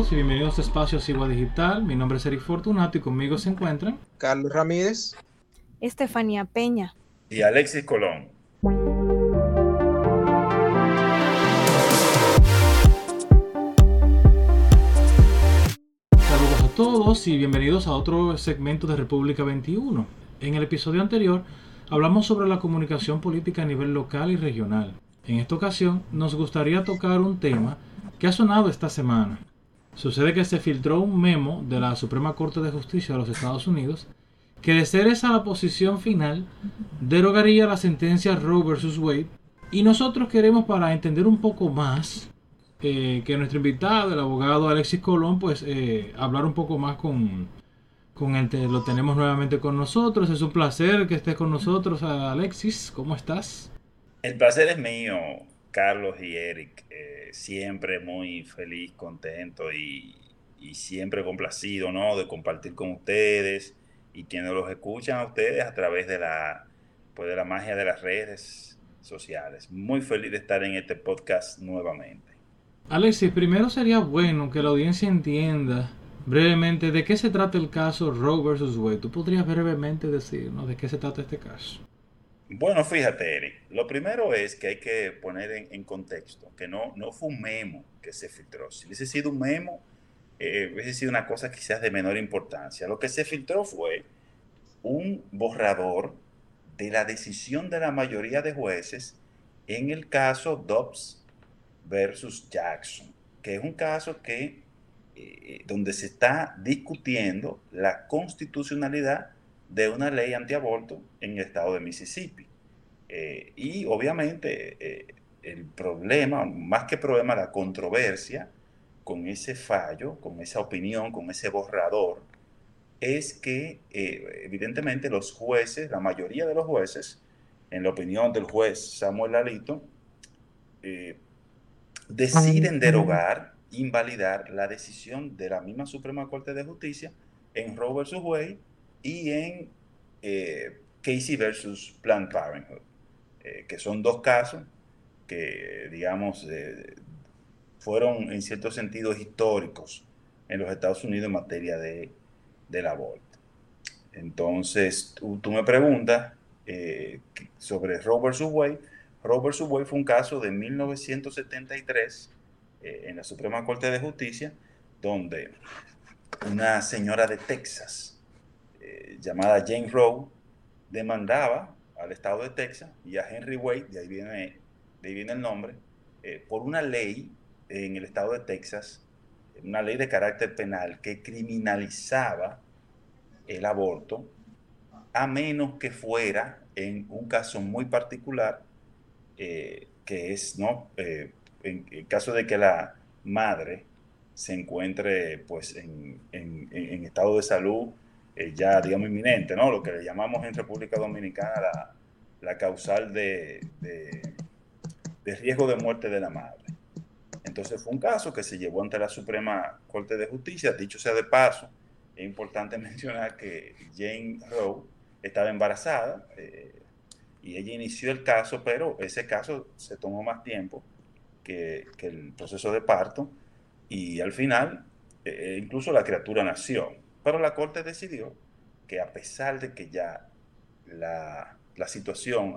todos y bienvenidos a Espacio Sigua Digital. Mi nombre es Eric Fortunato y conmigo se encuentran Carlos Ramírez. Estefanía Peña. Y Alexis Colón. Saludos a todos y bienvenidos a otro segmento de República 21. En el episodio anterior hablamos sobre la comunicación política a nivel local y regional. En esta ocasión nos gustaría tocar un tema que ha sonado esta semana. Sucede que se filtró un memo de la Suprema Corte de Justicia de los Estados Unidos que, de ser esa la posición final, derogaría la sentencia Roe vs. Wade, y nosotros queremos, para entender un poco más, que nuestro invitado, el abogado Alexis Colón, pues hablar un poco más con él. Lo tenemos nuevamente con nosotros. Es un placer que estés con nosotros, Alexis. ¿Cómo estás? El placer es mío, Carlos y Eric. Siempre muy feliz, contento y siempre complacido, ¿no? De compartir con ustedes y quienes los escuchan a ustedes a través pues de la magia de las redes sociales. Muy feliz de estar en este podcast nuevamente. Alexis, primero sería bueno que la audiencia entienda brevemente de qué se trata el caso Roe vs. Wade. ¿Tú podrías brevemente decirnos de qué se trata este caso? Bueno, fíjate, Eric, lo primero es que hay que poner en contexto que no fue un memo que se filtró. Si hubiese sido un memo, hubiese sido una cosa quizás de menor importancia. Lo que se filtró fue un borrador de la decisión de la mayoría de jueces en el caso Dobbs versus Jackson, que es un caso donde se está discutiendo la constitucionalidad de una ley antiaborto en el estado de Mississippi. Y obviamente el problema, más que problema, la controversia con ese fallo, con esa opinión, con ese borrador, es que evidentemente los jueces, la mayoría de los jueces, en la opinión del juez Samuel Alito, deciden derogar, invalidar la decisión de la misma Suprema Corte de Justicia en Roe versus Wade y en Casey versus Planned Parenthood, que son dos casos que, digamos, fueron en cierto sentido históricos en los Estados Unidos en materia del aborto. Entonces, tú me preguntas sobre Roe versus Wade. Roe versus Wade fue un caso de 1973 en la Suprema Corte de Justicia, donde una señora de Texas llamada Jane Roe demandaba al estado de Texas y a Henry Wade, de ahí viene el nombre, por una ley en el estado de Texas, una ley de carácter penal que criminalizaba el aborto, a menos que fuera en un caso muy particular, que es, ¿no? En caso de que la madre se encuentre pues en estado de salud ya, digamos, inminente, ¿no? Lo que le llamamos en República Dominicana la causal de riesgo de muerte de la madre. Entonces fue un caso que se llevó ante la Suprema Corte de Justicia. Dicho sea de paso, es importante mencionar que Jane Roe estaba embarazada y ella inició el caso, pero ese caso se tomó más tiempo que el proceso de parto y al final incluso la criatura nació. Pero la Corte decidió que, a pesar de que ya la situación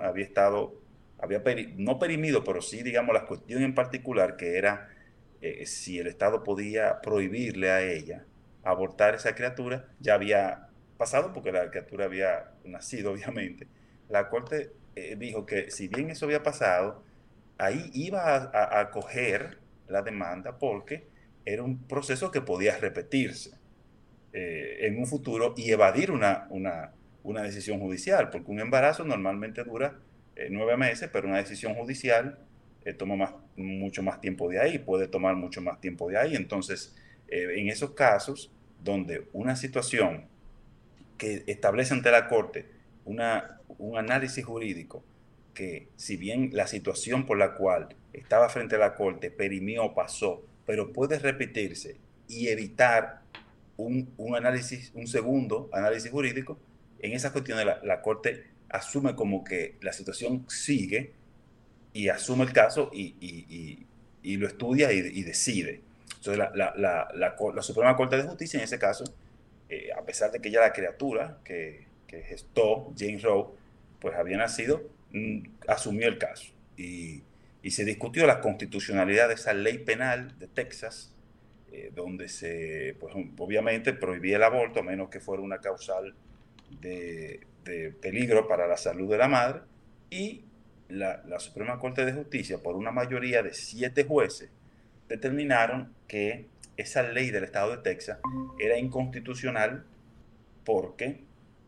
no perimido, pero sí, digamos, la cuestión en particular, que era si el Estado podía prohibirle a ella abortar esa criatura, ya había pasado porque la criatura había nacido, obviamente. La Corte dijo que, si bien eso había pasado, ahí iba a acoger la demanda porque era un proceso que podía repetirse en un futuro y evadir una decisión judicial, porque un embarazo normalmente dura 9 meses, pero una decisión judicial toma mucho más tiempo de ahí, puede tomar mucho más tiempo de ahí. Entonces, en esos casos donde una situación que establece ante la Corte un análisis jurídico, que si bien la situación por la cual estaba frente a la Corte perimió, pasó, pero puede repetirse y evitar un segundo análisis jurídico, en esas cuestiones la Corte asume como que la situación sigue y asume el caso y lo estudia y decide. Entonces, la Suprema Corte de Justicia, en ese caso, a pesar de que ya la criatura que gestó Jane Roe, pues había nacido, asumió el caso. Y se discutió la constitucionalidad de esa ley penal de Texas, donde pues, obviamente prohibía el aborto, a menos que fuera una causal de peligro para la salud de la madre. Y la Suprema Corte de Justicia, por una mayoría de 7 jueces, determinaron que esa ley del estado de Texas era inconstitucional porque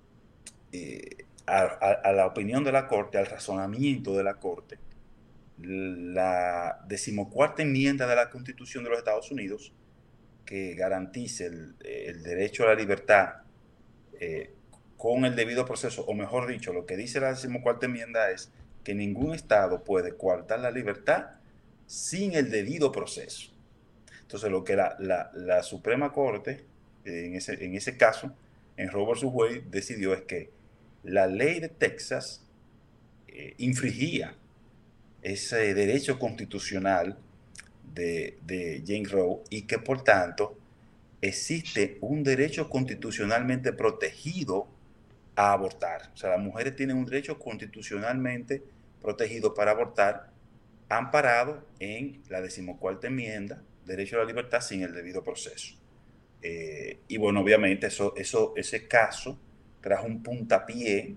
a la opinión de la Corte, al razonamiento de la Corte, la 14ª enmienda de la Constitución de los Estados Unidos, que garantice el derecho a la libertad con el debido proceso, o mejor dicho, lo que dice la 14ª enmienda es que ningún Estado puede coartar la libertad sin el debido proceso. Entonces, lo que la Suprema Corte, en ese caso, en Roe vs. Wade, decidió es que la ley de Texas infringía ese derecho constitucional de Jane Roe y que, por tanto, existe un derecho constitucionalmente protegido a abortar. O sea, las mujeres tienen un derecho constitucionalmente protegido para abortar, amparado en la 14ª enmienda, derecho a la libertad sin el debido proceso. Y bueno, obviamente ese caso trajo un puntapié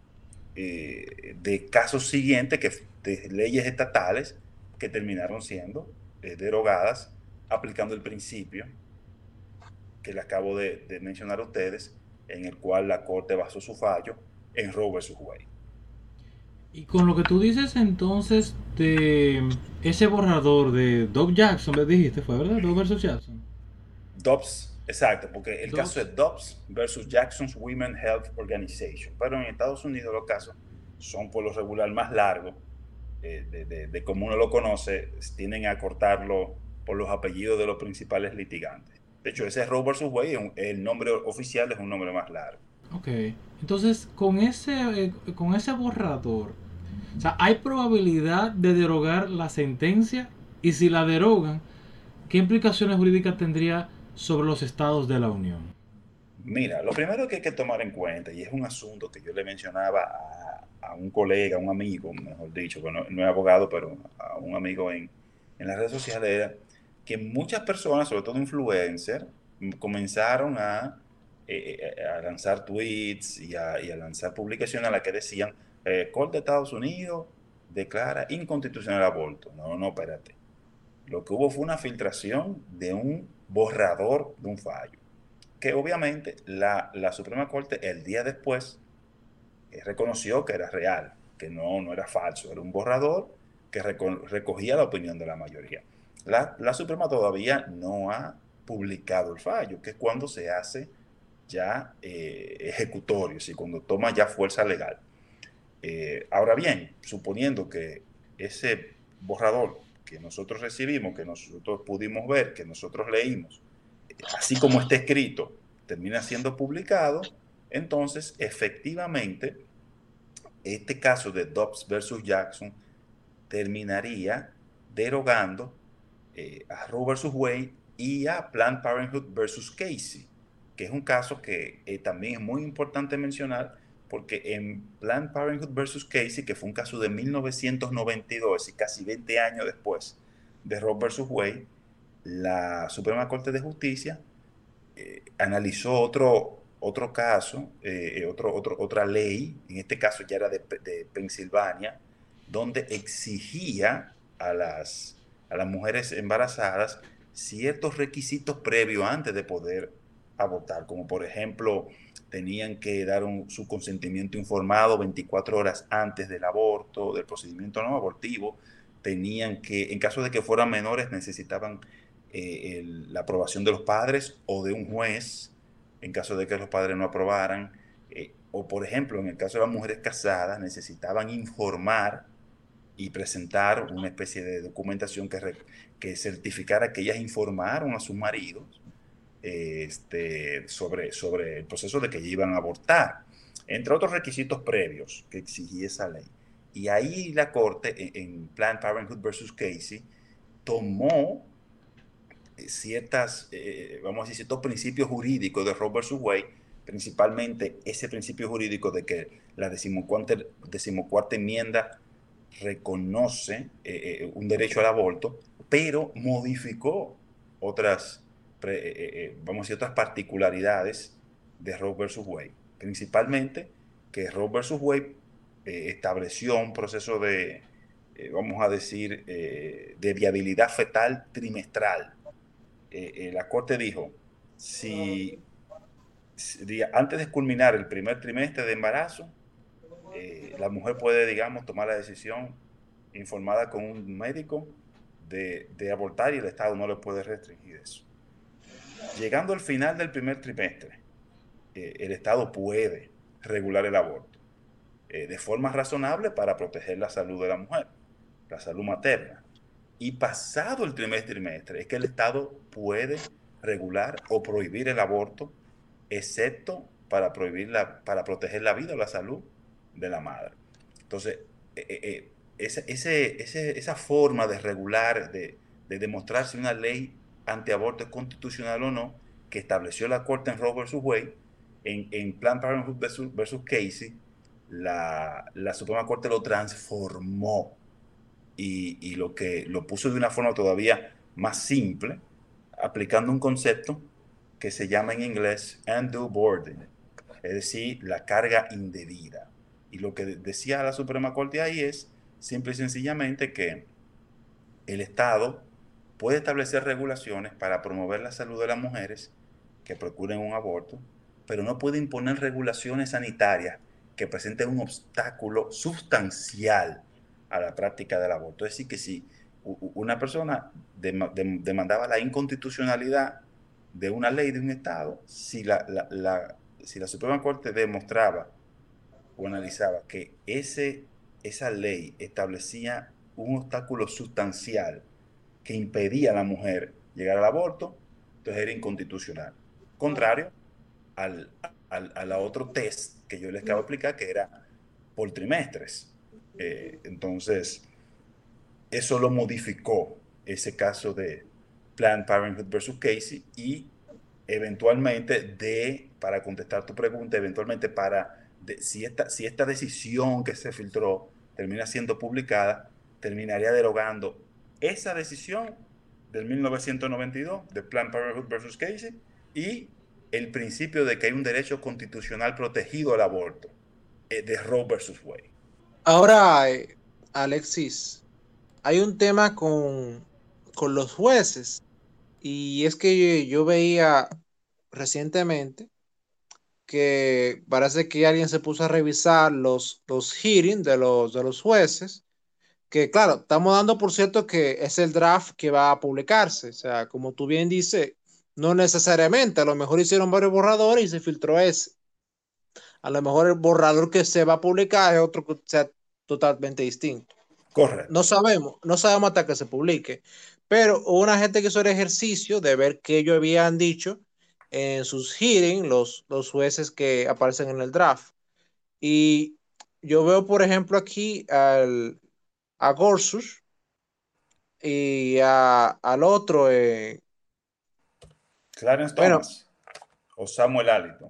de casos siguientes, de leyes estatales que terminaron siendo derogadas, aplicando el principio que le acabo de mencionar a ustedes, en el cual la Corte basó su fallo en Roe vs. Wade. Y con lo que tú dices entonces de ese borrador de Doug Jackson, me dijiste, fue verdad, Doug versus Jackson. Dobbs, exacto, porque el Dobbs. caso es Dobbs versus Jackson's Women's Health Organization. Pero en Estados Unidos los casos son por lo regular más largos, de como uno lo conoce, tienden a cortarlo por los apellidos de los principales litigantes. De hecho, ese Roe vs. Wade, el nombre oficial es un nombre más largo. Ok, entonces con ese borrador, o sea, ¿hay probabilidad de derogar la sentencia? Y si la derogan, ¿qué implicaciones jurídicas tendría sobre los estados de la Unión? Mira, lo primero que hay que tomar en cuenta, y es un asunto que yo le mencionaba a un colega, a un amigo, mejor dicho, bueno, no es abogado, pero a un amigo en las redes sociales, era que muchas personas, sobre todo influencers, comenzaron a lanzar tweets y a lanzar publicaciones a las que decían, Corte de Estados Unidos declara inconstitucional el aborto. No, espérate. Lo que hubo fue una filtración de un borrador de un fallo, que obviamente la Suprema Corte el día después reconoció que era real, que no era falso, era un borrador que recogía la opinión de la mayoría. La Suprema todavía no ha publicado el fallo, que es cuando se hace ya ejecutorio, y cuando toma ya fuerza legal. Ahora bien, suponiendo que ese borrador que nosotros recibimos, que nosotros pudimos ver, que nosotros leímos, así como está escrito, termina siendo publicado, entonces efectivamente este caso de Dobbs versus Jackson terminaría derogando a Roe versus Wade y a Planned Parenthood versus Casey, que es un caso que también es muy importante mencionar, porque en Planned Parenthood versus Casey, que fue un caso de 1992 y casi 20 años después de Roe versus Wade, la Suprema Corte de Justicia analizó otro caso, otra ley, en este caso ya era de Pensilvania, donde exigía a las mujeres embarazadas ciertos requisitos previos antes de poder abortar, como por ejemplo, tenían que dar su consentimiento informado 24 horas antes del aborto, del procedimiento no abortivo, tenían que, en caso de que fueran menores, necesitaban la aprobación de los padres o de un juez, en caso de que los padres no aprobaran, o por ejemplo, en el caso de las mujeres casadas, necesitaban informar y presentar una especie de documentación que certificara que ellas informaron a sus maridos sobre el proceso de que ellas iban a abortar, entre otros requisitos previos que exigía esa ley. Y ahí la Corte, en Planned Parenthood versus Casey, tomó vamos a decir, ciertos principios jurídicos de Roe versus Wade, principalmente ese principio jurídico de que la decimocuarta enmienda reconoce un derecho al aborto, pero modificó otras, vamos a decir, otras particularidades de Roe versus Wade. Principalmente que Roe versus Wade estableció un proceso vamos a decir, de viabilidad fetal trimestral. La Corte dijo, si, antes de culminar el primer trimestre de embarazo, la mujer puede, digamos, tomar la decisión informada con un médico de abortar y el Estado no le puede restringir eso. Llegando al final del primer trimestre, el Estado puede regular el aborto de forma razonable para proteger la salud de la mujer, la salud materna. Y pasado el primer trimestre es que el Estado puede regular o prohibir el aborto, excepto para proteger la vida o la salud de la madre. Entonces, esa forma de regular, de demostrar si una ley antiaborto es constitucional o no, que estableció la Corte en Roe versus Wade, en Planned Parenthood versus Casey, la Suprema Corte lo transformó y lo puso de una forma todavía más simple, aplicando un concepto que se llama en inglés undue burden, es decir, la carga indebida. Y lo que decía la Suprema Corte ahí es simple y sencillamente que el Estado puede establecer regulaciones para promover la salud de las mujeres que procuren un aborto, pero no puede imponer regulaciones sanitarias que presenten un obstáculo sustancial a la práctica del aborto. Es decir, que si una persona demandaba la inconstitucionalidad de una ley de un Estado, si la Suprema Corte demostraba o analizaba que esa ley establecía un obstáculo sustancial que impedía a la mujer llegar al aborto, entonces era inconstitucional. Contrario al, a la otro test que yo les acabo de explicar, que era por trimestres. Entonces, eso lo modificó ese caso de Planned Parenthood versus Casey y eventualmente para contestar tu pregunta, eventualmente si esta decisión que se filtró termina siendo publicada, terminaría derogando esa decisión del 1992 de Planned Parenthood versus Casey y el principio de que hay un derecho constitucional protegido al aborto de Roe versus Wade. Ahora, Alexis, hay un tema con los jueces y es que yo veía recientemente que parece que alguien se puso a revisar los hearings de los jueces, que claro, estamos dando por cierto que es el draft que va a publicarse, o sea, como tú bien dices, no necesariamente, a lo mejor hicieron varios borradores y se filtró ese. A lo mejor el borrador que se va a publicar es otro que sea totalmente distinto. Correcto. No sabemos hasta que se publique. Pero hubo una gente que hizo el ejercicio de ver qué ellos habían dicho en sus hearings, los jueces que aparecen en el draft. Y yo veo, por ejemplo, aquí a Gorsuch y al otro, Clarence bueno, Thomas o Samuel Allison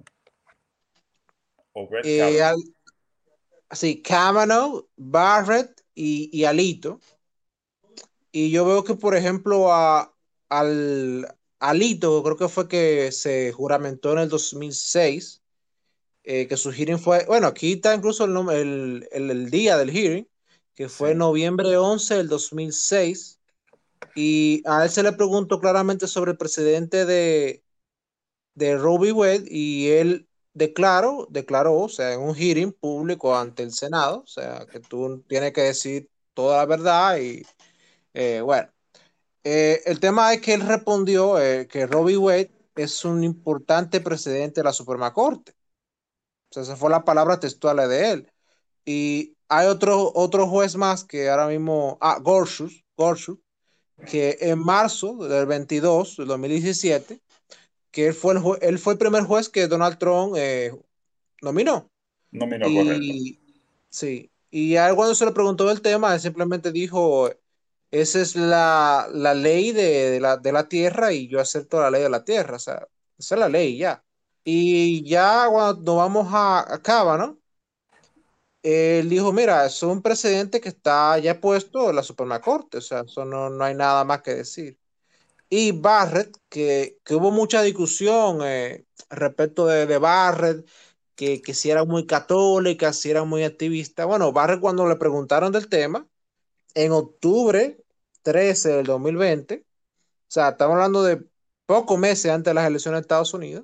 o Brett eh, Kavanaugh. al, sí, Kavanaugh, Barrett y Alito. Y yo veo que, por ejemplo, al Alito, creo que fue que se juramentó en el 2006, que su hearing fue, bueno, aquí está incluso el día del hearing, que fue Sí, noviembre 11 del 2006, y a él se le preguntó claramente sobre el precedente de Roe v. Wade, y él declaró, o sea, en un hearing público ante el Senado, o sea, que tú tienes que decir toda la verdad, y bueno. El tema es que él respondió que Roe v. Wade es un importante precedente de la Suprema Corte. O sea, esa fue la palabra textual de él. Y hay otro juez más que ahora mismo, Gorsuch, que en marzo del 22, del 2017, que él fue el primer juez que Donald Trump nominó. nominó correcto. Y sí, y a él cuando se le preguntó del tema, él simplemente dijo esa es la ley de la tierra y yo acepto la ley de la tierra, o sea, esa es la ley ya. Y ya cuando vamos a Cava, ¿no? Él dijo, mira, es un precedente que está ya puesto en la Suprema Corte, o sea, eso no hay nada más que decir. Y Barrett, que hubo mucha discusión respecto de Barrett, que si era muy católica, si era muy activista. Bueno, Barrett cuando le preguntaron del tema, en octubre 13 del 2020, o sea, estamos hablando de pocos meses antes de las elecciones de Estados Unidos,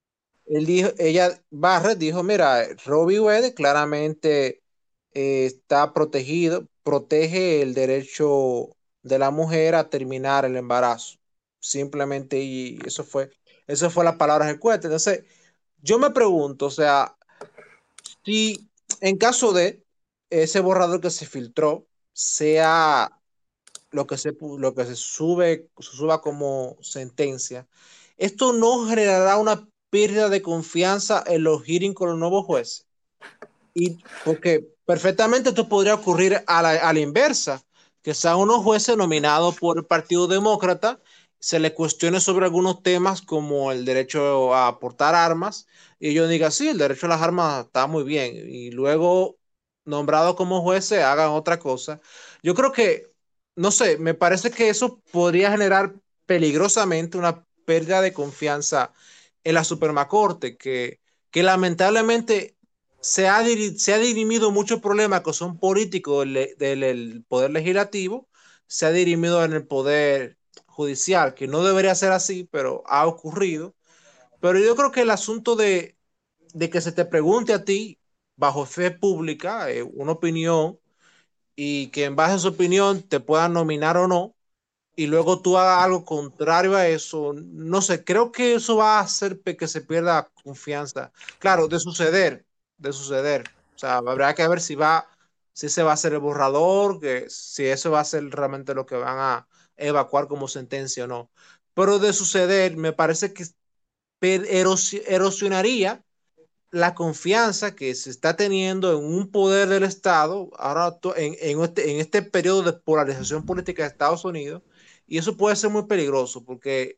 Barrett dijo, mira, Roe v. Wade claramente está protegido, protege el derecho de la mujer a terminar el embarazo. Simplemente, y eso fue las palabras del juez. Entonces, yo me pregunto, o sea, si en caso de ese borrador que se filtró sea lo que se suba como sentencia, esto no generará una pérdida de confianza en los hearings con los nuevos jueces. Y porque perfectamente esto podría ocurrir a la inversa, que sean unos jueces nominados por el Partido Demócrata, se les cuestione sobre algunos temas como el derecho a portar armas, y ellos digan, sí, el derecho a las armas está muy bien, y luego nombrados como jueces hagan otra cosa. Yo creo que, no sé, me parece que eso podría generar peligrosamente una pérdida de confianza en la Suprema Corte, que lamentablemente se ha dirimido muchos problemas que son políticos del poder legislativo, se ha dirimido en el poder judicial, que no debería ser así, pero ha ocurrido. Pero yo creo que el asunto de que se te pregunte a ti, bajo fe pública, una opinión, y que en base a su opinión te puedan nominar o no, y luego tú hagas algo contrario a eso, no sé, creo que eso va a hacer que se pierda confianza. Claro, de suceder. O sea, habrá que ver si se va a hacer el borrador, que si eso va a ser realmente lo que van a evacuar como sentencia o no. Pero de suceder, me parece que erosionaría la confianza que se está teniendo en un poder del Estado ahora en este periodo de polarización política de Estados Unidos, y eso puede ser muy peligroso porque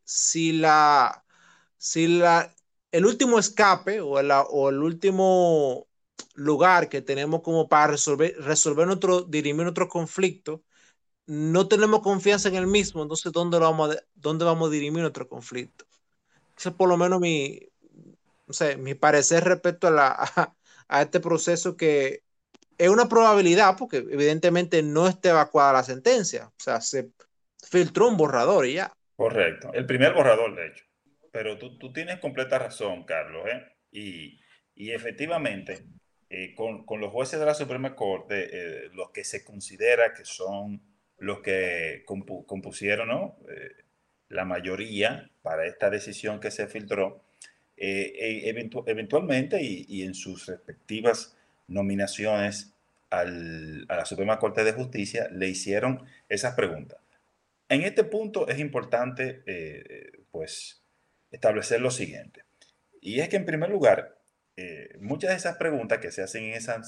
si la, el último escape o el último lugar que tenemos como para dirimir nuestro conflicto, no tenemos confianza en el mismo, entonces ¿dónde vamos a dirimir nuestro conflicto? Ese es por lo menos no sé, mi parecer respecto a este proceso, que es una probabilidad porque evidentemente no esté evacuada la sentencia. O sea, se filtró un borrador y ya. Correcto. El primer borrador, de hecho. Pero tú tienes completa razón, Carlos, ¿eh? Y efectivamente, con los jueces de la Suprema Corte, los que se considera que son los que compusieron, ¿no? La mayoría para esta decisión que se filtró, eventualmente y en sus respectivas nominaciones a la Suprema Corte de Justicia, le hicieron esas preguntas. En este punto es importante, pues, establecer lo siguiente. Y es que, en primer lugar, muchas de esas preguntas que se hacen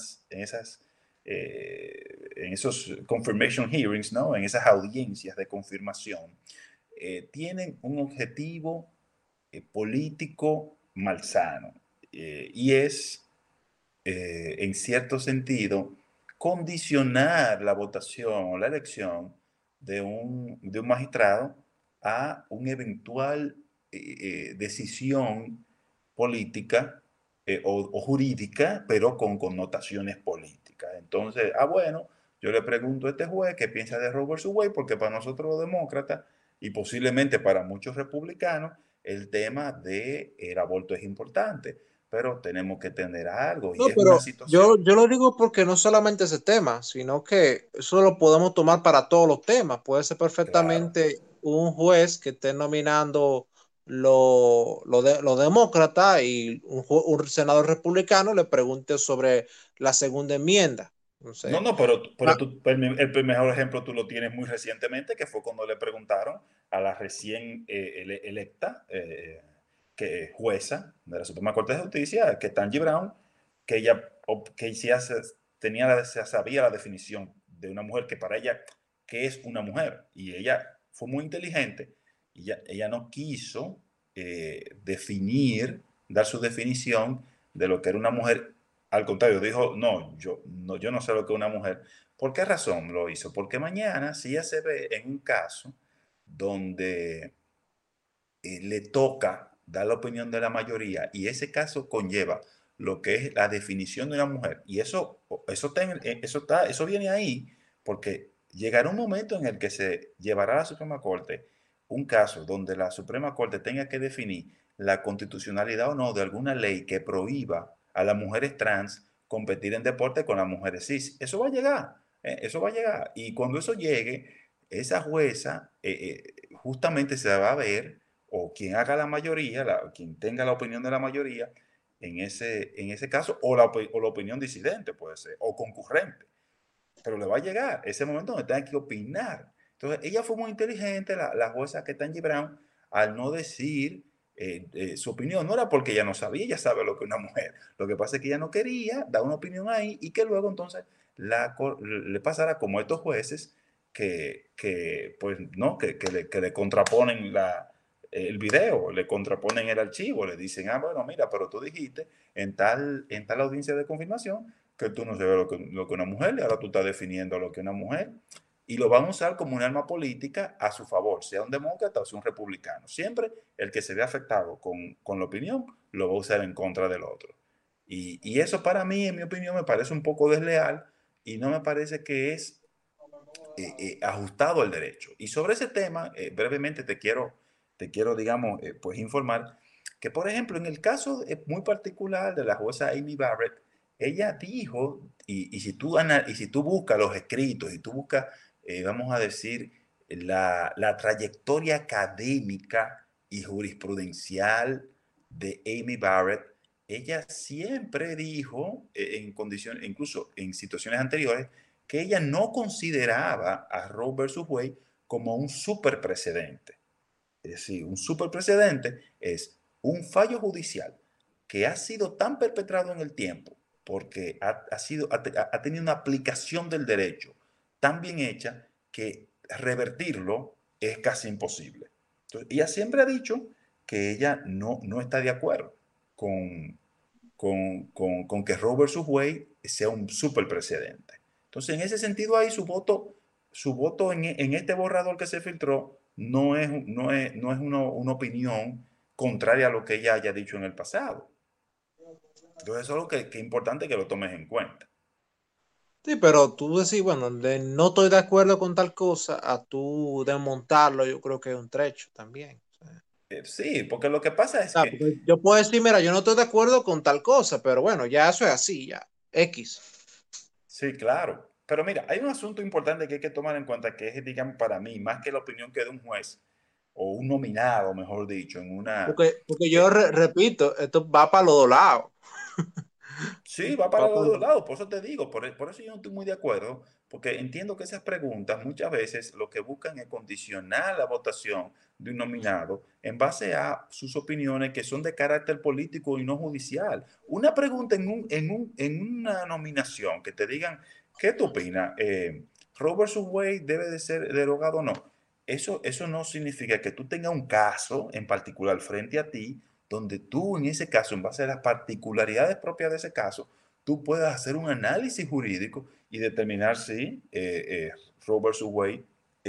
en esos confirmation hearings, ¿no? En esas audiencias de confirmación, tienen un objetivo político malsano, y es, en cierto sentido, condicionar la votación o la elección de un magistrado a una eventual decisión política, o jurídica, pero con connotaciones políticas. Entonces, bueno, yo le pregunto a este juez qué piensa de Roe vs. Wade, porque para nosotros los demócratas y posiblemente para muchos republicanos, el tema del aborto es importante, pero tenemos que tener algo y No, es una pero situación. yo lo digo porque no solamente ese tema, sino que eso lo podemos tomar para todos los temas. Puede ser Claro. perfectamente un juez que esté nominando los demócratas y un senador republicano le pregunte sobre la segunda enmienda. No No, sé. no, el mejor ejemplo tú lo tienes muy recientemente, que fue cuando le preguntaron a la recién electa jueza de la Suprema Corte de Justicia, que Ketanji Brown, que ella que ya sabía la definición de una mujer, que para ella qué es una mujer. Y ella fue muy inteligente y ella no quiso dar su definición de lo que era una mujer. Al contrario, dijo, yo no sé lo que es una mujer. ¿Por qué razón lo hizo? Porque mañana, si ella se ve en un caso donde le toca dar la opinión de la mayoría y ese caso conlleva lo que es la definición de una mujer, y eso viene ahí, porque llegará un momento en el que se llevará a la Suprema Corte un caso donde la Suprema Corte tenga que definir la constitucionalidad o no de alguna ley que prohíba a las mujeres trans competir en deporte con las mujeres cis. Eso va a llegar, eso va a llegar. Y cuando eso llegue, esa jueza justamente se va a ver, o quien haga la mayoría, quien tenga la opinión de la mayoría en ese caso, o la opinión disidente puede ser, o concurrente. Pero le va a llegar ese momento donde tenga que opinar. Entonces, ella fue muy inteligente, la jueza Ketanji Brown, al no decir su opinión. No era porque ella no sabía, ella sabe lo que es una mujer. Lo que pasa es que ella no quería dar una opinión ahí y que luego entonces le pasara como a estos jueces pues, ¿no? que le contraponen el video, le contraponen el archivo, le dicen, bueno, mira, pero tú dijiste en tal audiencia de confirmación que tú no sabes lo que una mujer, y ahora tú estás definiendo lo que una mujer, y lo van a usar como un arma política a su favor, sea un demócrata o sea un republicano. Siempre el que se ve afectado con la opinión lo va a usar en contra del otro. Y eso para mí, en mi opinión, me parece un poco desleal y no me parece que es ajustado al derecho. Y sobre ese tema, brevemente te quiero digamos, pues informar que, por ejemplo, en el caso muy particular de la jueza Amy Barrett, ella dijo, y si tú buscas los escritos, y tú buscas, vamos a decir, la trayectoria académica y jurisprudencial de Amy Barrett, ella siempre dijo, en condiciones, incluso en situaciones anteriores, que ella no consideraba a Roe versus Wade como un super precedente. Es decir, un super precedente es un fallo judicial que ha sido tan perpetrado en el tiempo porque ha tenido una aplicación del derecho tan bien hecha que revertirlo es casi imposible. Entonces, ella siempre ha dicho que ella no está de acuerdo con, con que Roe versus Wade sea un super precedente. Entonces, en ese sentido, ahí su voto en este borrador que se filtró no es una opinión contraria a lo que ella haya dicho en el pasado. Entonces, eso es algo que es importante que lo tomes en cuenta. Sí, pero tú decís, bueno, de no estoy de acuerdo con tal cosa, a tú desmontarlo, yo creo que es un trecho también. Sí, porque lo que pasa es que, Porque yo puedo decir, mira, yo no estoy de acuerdo con tal cosa, pero bueno, ya eso es así, ya. X. sí, claro. Pero mira, hay un asunto importante que hay que tomar en cuenta que es, digamos, para mí, más que la opinión que de un juez o un nominado, mejor dicho, en una... Porque yo repito, esto va para los dos lados. Sí, va para Va los para dos lados, por eso te digo, por eso yo no estoy muy de acuerdo, porque entiendo que esas preguntas muchas veces lo que buscan es condicionar la votación de un nominado en base a sus opiniones que son de carácter político y no judicial. Una pregunta en una nominación que te digan, ¿qué tú opinas? ¿Roe versus Wade debe de ser derogado o no? Eso no significa que tú tengas un caso en particular frente a ti donde tú en ese caso, en base a las particularidades propias de ese caso, tú puedas hacer un análisis jurídico y determinar si Roe versus Wade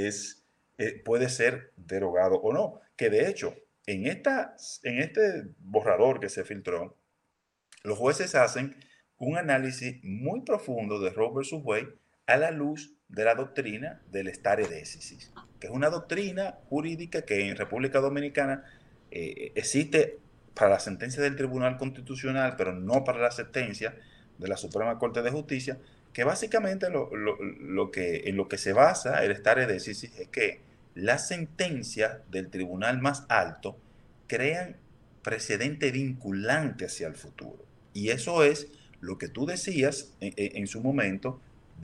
puede ser derogado o no. Que de hecho, en este borrador que se filtró, los jueces hacen un análisis muy profundo de Roe versus Wade a la luz de la doctrina del stare decisis, que es una doctrina jurídica que en República Dominicana existe para la sentencia del Tribunal Constitucional, pero no para la sentencia de la Suprema Corte de Justicia, que básicamente en lo que se basa el stare decisis es que las sentencias del tribunal más alto crean precedente vinculante hacia el futuro. Y eso es lo que tú decías en su momento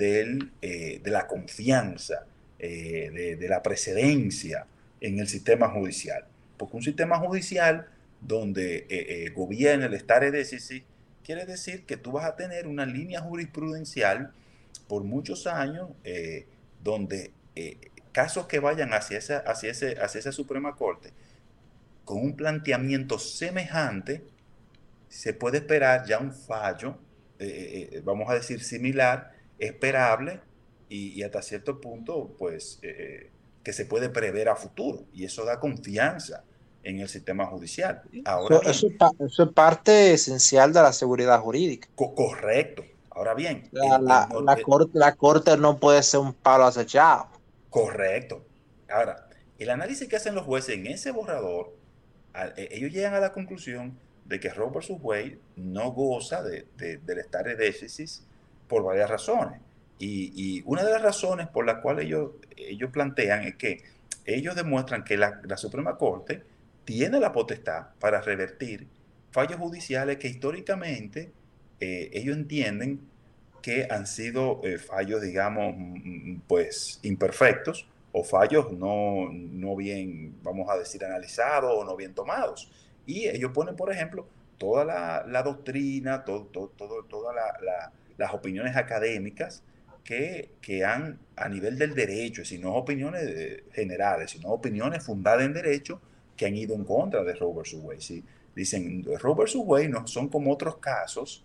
de la confianza, de la precedencia en el sistema judicial. Porque un sistema judicial donde gobierna el stare decisis quiere decir que tú vas a tener una línea jurisprudencial por muchos años donde casos que vayan hacia esa Suprema Corte con un planteamiento semejante, se puede esperar ya un fallo, vamos a decir, similar, esperable y hasta cierto punto, pues, que se puede prever a futuro. Y eso da confianza en el sistema judicial. Ahora bien, Eso es parte esencial de la seguridad jurídica. correcto. Ahora bien, La corte no puede ser un palo acechado. correcto. Ahora, el análisis que hacen los jueces en ese borrador, ellos llegan a la conclusión de que Roe versus Wade no goza del stare decisis por varias razones. Y una de las razones por las cuales ellos plantean es que ellos demuestran que la Suprema Corte tiene la potestad para revertir fallos judiciales que históricamente ellos entienden que han sido fallos, digamos, pues imperfectos o fallos no bien, vamos a decir, analizados o no bien tomados. Y ellos ponen, por ejemplo, toda la doctrina, todas las opiniones académicas que han, a nivel del derecho, si no opiniones generales, sino opiniones fundadas en derecho, que han ido en contra de Roe versus Wade. ¿Sí? Dicen, Roe versus Wade no son como otros casos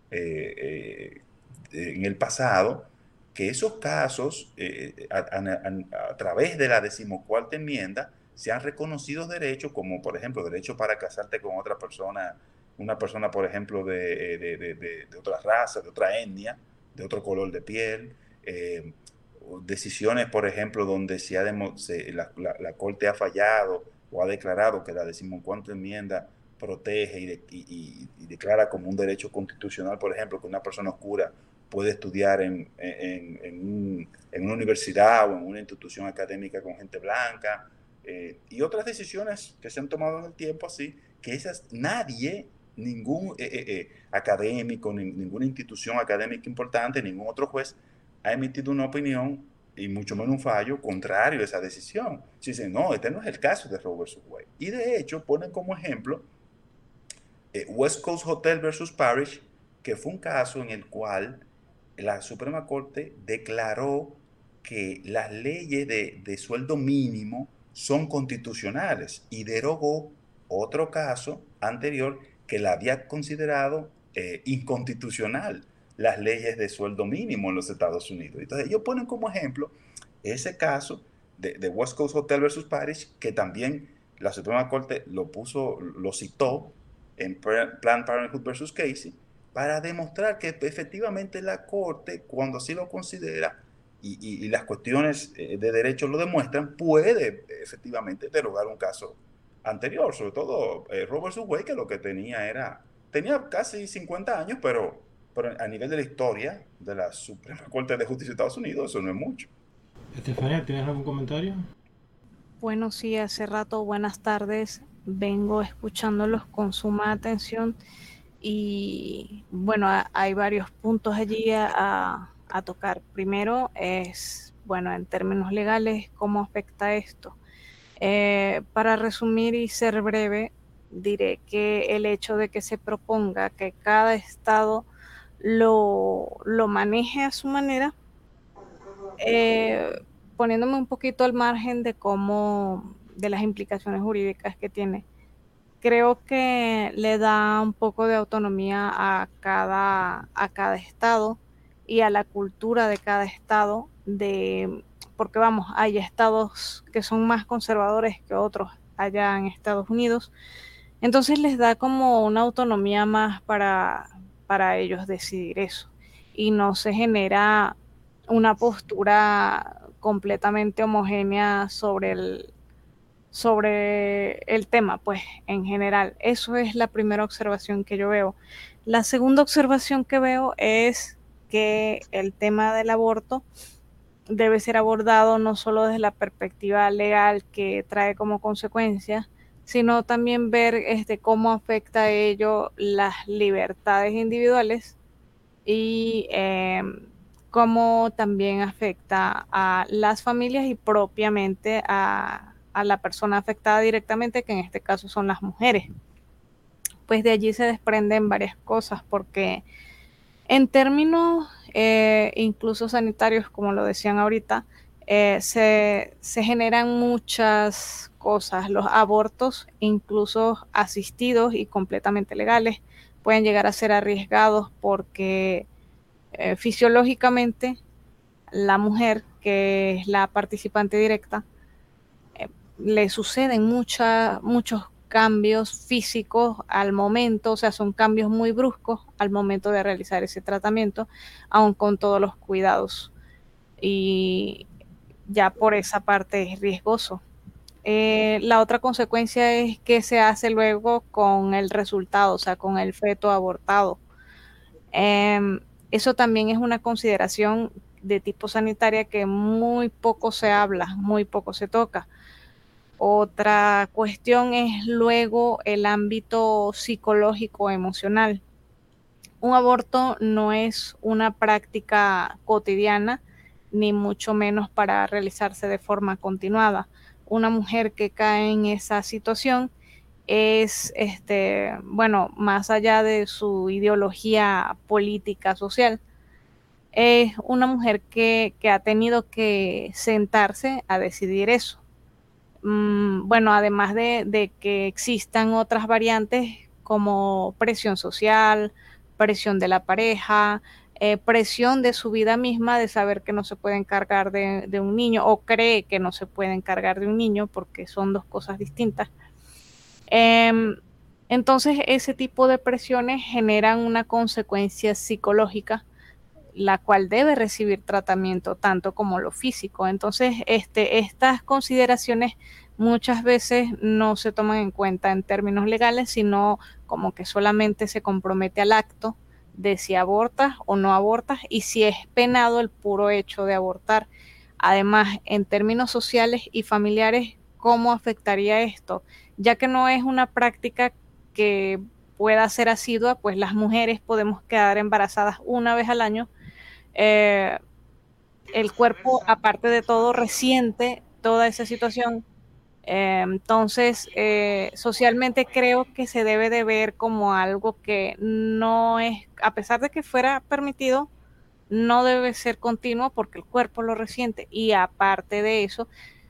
en el pasado, que esos casos, a través de la 14ª enmienda, se han reconocido derechos como, por ejemplo, derecho para casarte con otra persona, una persona, por ejemplo, de otra raza, de otra etnia, de otro color de piel, decisiones, por ejemplo, donde la Corte ha fallado o ha declarado que la 14ª enmienda protege y declara como un derecho constitucional, por ejemplo, que una persona oscura puede estudiar en una universidad o en una institución académica con gente blanca, y otras decisiones que se han tomado en el tiempo así, que esas ningún académico, ninguna institución académica importante, ningún otro juez ha emitido una opinión y mucho menos un fallo contrario a esa decisión. Si dicen, no, este no es el caso de Roe versus Wade. Y de hecho ponen como ejemplo West Coast Hotel versus Parish, que fue un caso en el cual la Suprema Corte declaró que las leyes de sueldo mínimo son constitucionales y derogó otro caso anterior que la había considerado inconstitucional, las leyes de sueldo mínimo en los Estados Unidos. Entonces ellos ponen como ejemplo ese caso de West Coast Hotel versus Parish, que también la Suprema Corte lo citó en Planned Parenthood versus Casey, para demostrar que efectivamente la Corte, cuando así lo considera y las cuestiones de derecho lo demuestran, puede efectivamente derogar un caso anterior, sobre todo Roe versus Wade, que lo que tenía casi 50 años, pero a nivel de la historia de la Suprema Corte de Justicia de Estados Unidos, eso no es mucho. Estefanía, ¿tienes algún comentario? Bueno, sí, hace rato, buenas tardes, vengo escuchándolos con suma atención y bueno, hay varios puntos allí a tocar. Primero es, bueno, en términos legales, ¿cómo afecta esto? Para resumir y ser breve, diré que el hecho de que se proponga que cada estado lo maneje a su manera, poniéndome un poquito al margen de las implicaciones jurídicas que tiene, creo que le da un poco de autonomía a cada estado y a la cultura de cada estado, porque vamos, hay estados que son más conservadores que otros allá en Estados Unidos, entonces les da como una autonomía más para ellos decidir eso y no se genera una postura completamente homogénea sobre el tema, pues en general. Eso es la primera observación que yo veo. La segunda observación que veo es que el tema del aborto debe ser abordado no solo desde la perspectiva legal que trae como consecuencia, sino también ver cómo afecta a ello las libertades individuales y cómo también afecta a las familias y propiamente a la persona afectada directamente, que en este caso son las mujeres. Pues de allí se desprenden varias cosas, porque en términos incluso sanitarios, como lo decían ahorita, se generan muchas cosas. Los abortos, incluso asistidos y completamente legales, pueden llegar a ser arriesgados porque fisiológicamente la mujer, que es la participante directa, le suceden muchos cambios físicos al momento, o sea, son cambios muy bruscos al momento de realizar ese tratamiento, aun con todos los cuidados. Y ya por esa parte es riesgoso. La otra consecuencia es que se hace luego con el resultado, o sea, con el feto abortado. Eso también es una consideración de tipo sanitaria que muy poco se habla, muy poco se toca. Otra cuestión es luego el ámbito psicológico emocional. Un aborto no es una práctica cotidiana, ni mucho menos para realizarse de forma continuada. Una mujer que cae en esa situación es, bueno, más allá de su ideología política social, es una mujer que ha tenido que sentarse a decidir eso. Bueno, además de que existan otras variantes como presión social, presión de la pareja, presión de su vida misma, de saber que no se puede encargar de un niño o cree que no se puede encargar de un niño, porque son dos cosas distintas. Entonces, ese tipo de presiones generan una consecuencia psicológica, la cual debe recibir tratamiento tanto como lo físico. Entonces, estas consideraciones muchas veces no se toman en cuenta en términos legales, sino como que solamente se compromete al acto de si abortas o no abortas y si es penado el puro hecho de abortar. Además, en términos sociales y familiares, ¿cómo afectaría esto? Ya que no es una práctica que pueda ser asidua, pues las mujeres podemos quedar embarazadas una vez al año. El cuerpo, aparte de todo, resiente toda esa situación. Entonces, socialmente creo que se debe de ver como algo que no es, a pesar de que fuera permitido, no debe ser continuo porque el cuerpo lo resiente. Y aparte de eso,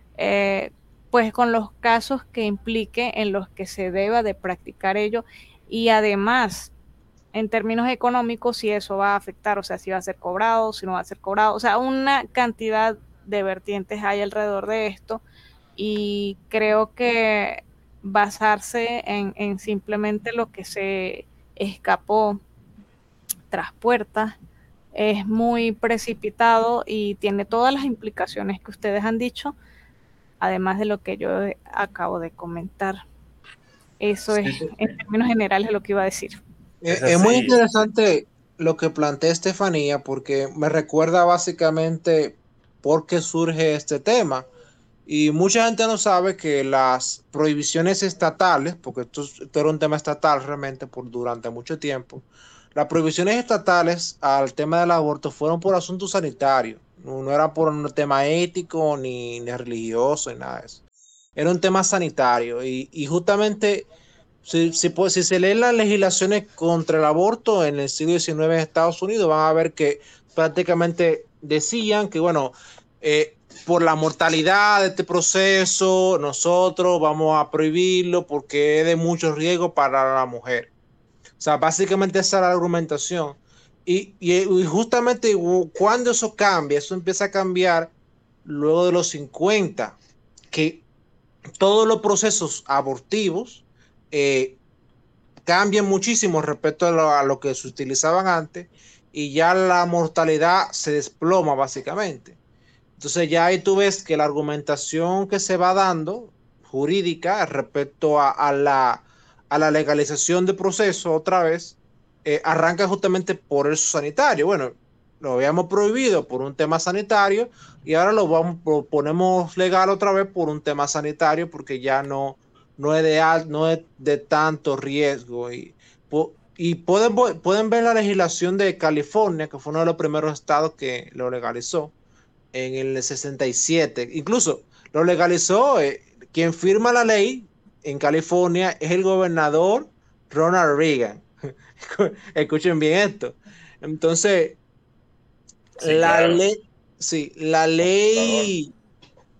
pues con los casos que implique en los que se deba de practicar ello y además en términos económicos si eso va a afectar, o sea, si va a ser cobrado, si no va a ser cobrado, o sea, una cantidad de vertientes hay alrededor de esto y creo que basarse en simplemente lo que se escapó tras puertas es muy precipitado y tiene todas las implicaciones que ustedes han dicho, además de lo que yo acabo de comentar. Eso Sí, es, en términos generales, lo que iba a decir. Es muy interesante lo que plantea Estefanía porque me recuerda básicamente por qué surge este tema. Y mucha gente no sabe que las prohibiciones estatales, porque esto era un tema estatal realmente durante mucho tiempo, las prohibiciones estatales al tema del aborto fueron por asuntos sanitarios, no era por un tema ético ni religioso ni nada de eso. Era un tema sanitario y justamente si se leen las legislaciones contra el aborto en el siglo XIX en Estados Unidos, van a ver que prácticamente decían que, bueno, por la mortalidad de este proceso, nosotros vamos a prohibirlo porque es de mucho riesgo para la mujer. O sea, básicamente esa es la argumentación. Y justamente cuando eso cambia, eso empieza a cambiar luego de los 50, que todos los procesos abortivos cambian muchísimo respecto a lo que se utilizaban antes y ya la mortalidad se desploma básicamente. Entonces ya ahí tú ves que la argumentación que se va dando jurídica respecto a la legalización de proceso otra vez arranca justamente por eso sanitario. Bueno, lo habíamos prohibido por un tema sanitario y ahora lo ponemos legal otra vez por un tema sanitario porque ya no es de tanto riesgo. Y pueden ver la legislación de California, que fue uno de los primeros estados que lo legalizó en el 67. Incluso lo legalizó, quien firma la ley en California es el gobernador Ronald Reagan. Escuchen bien esto. Entonces, sí, claro. la ley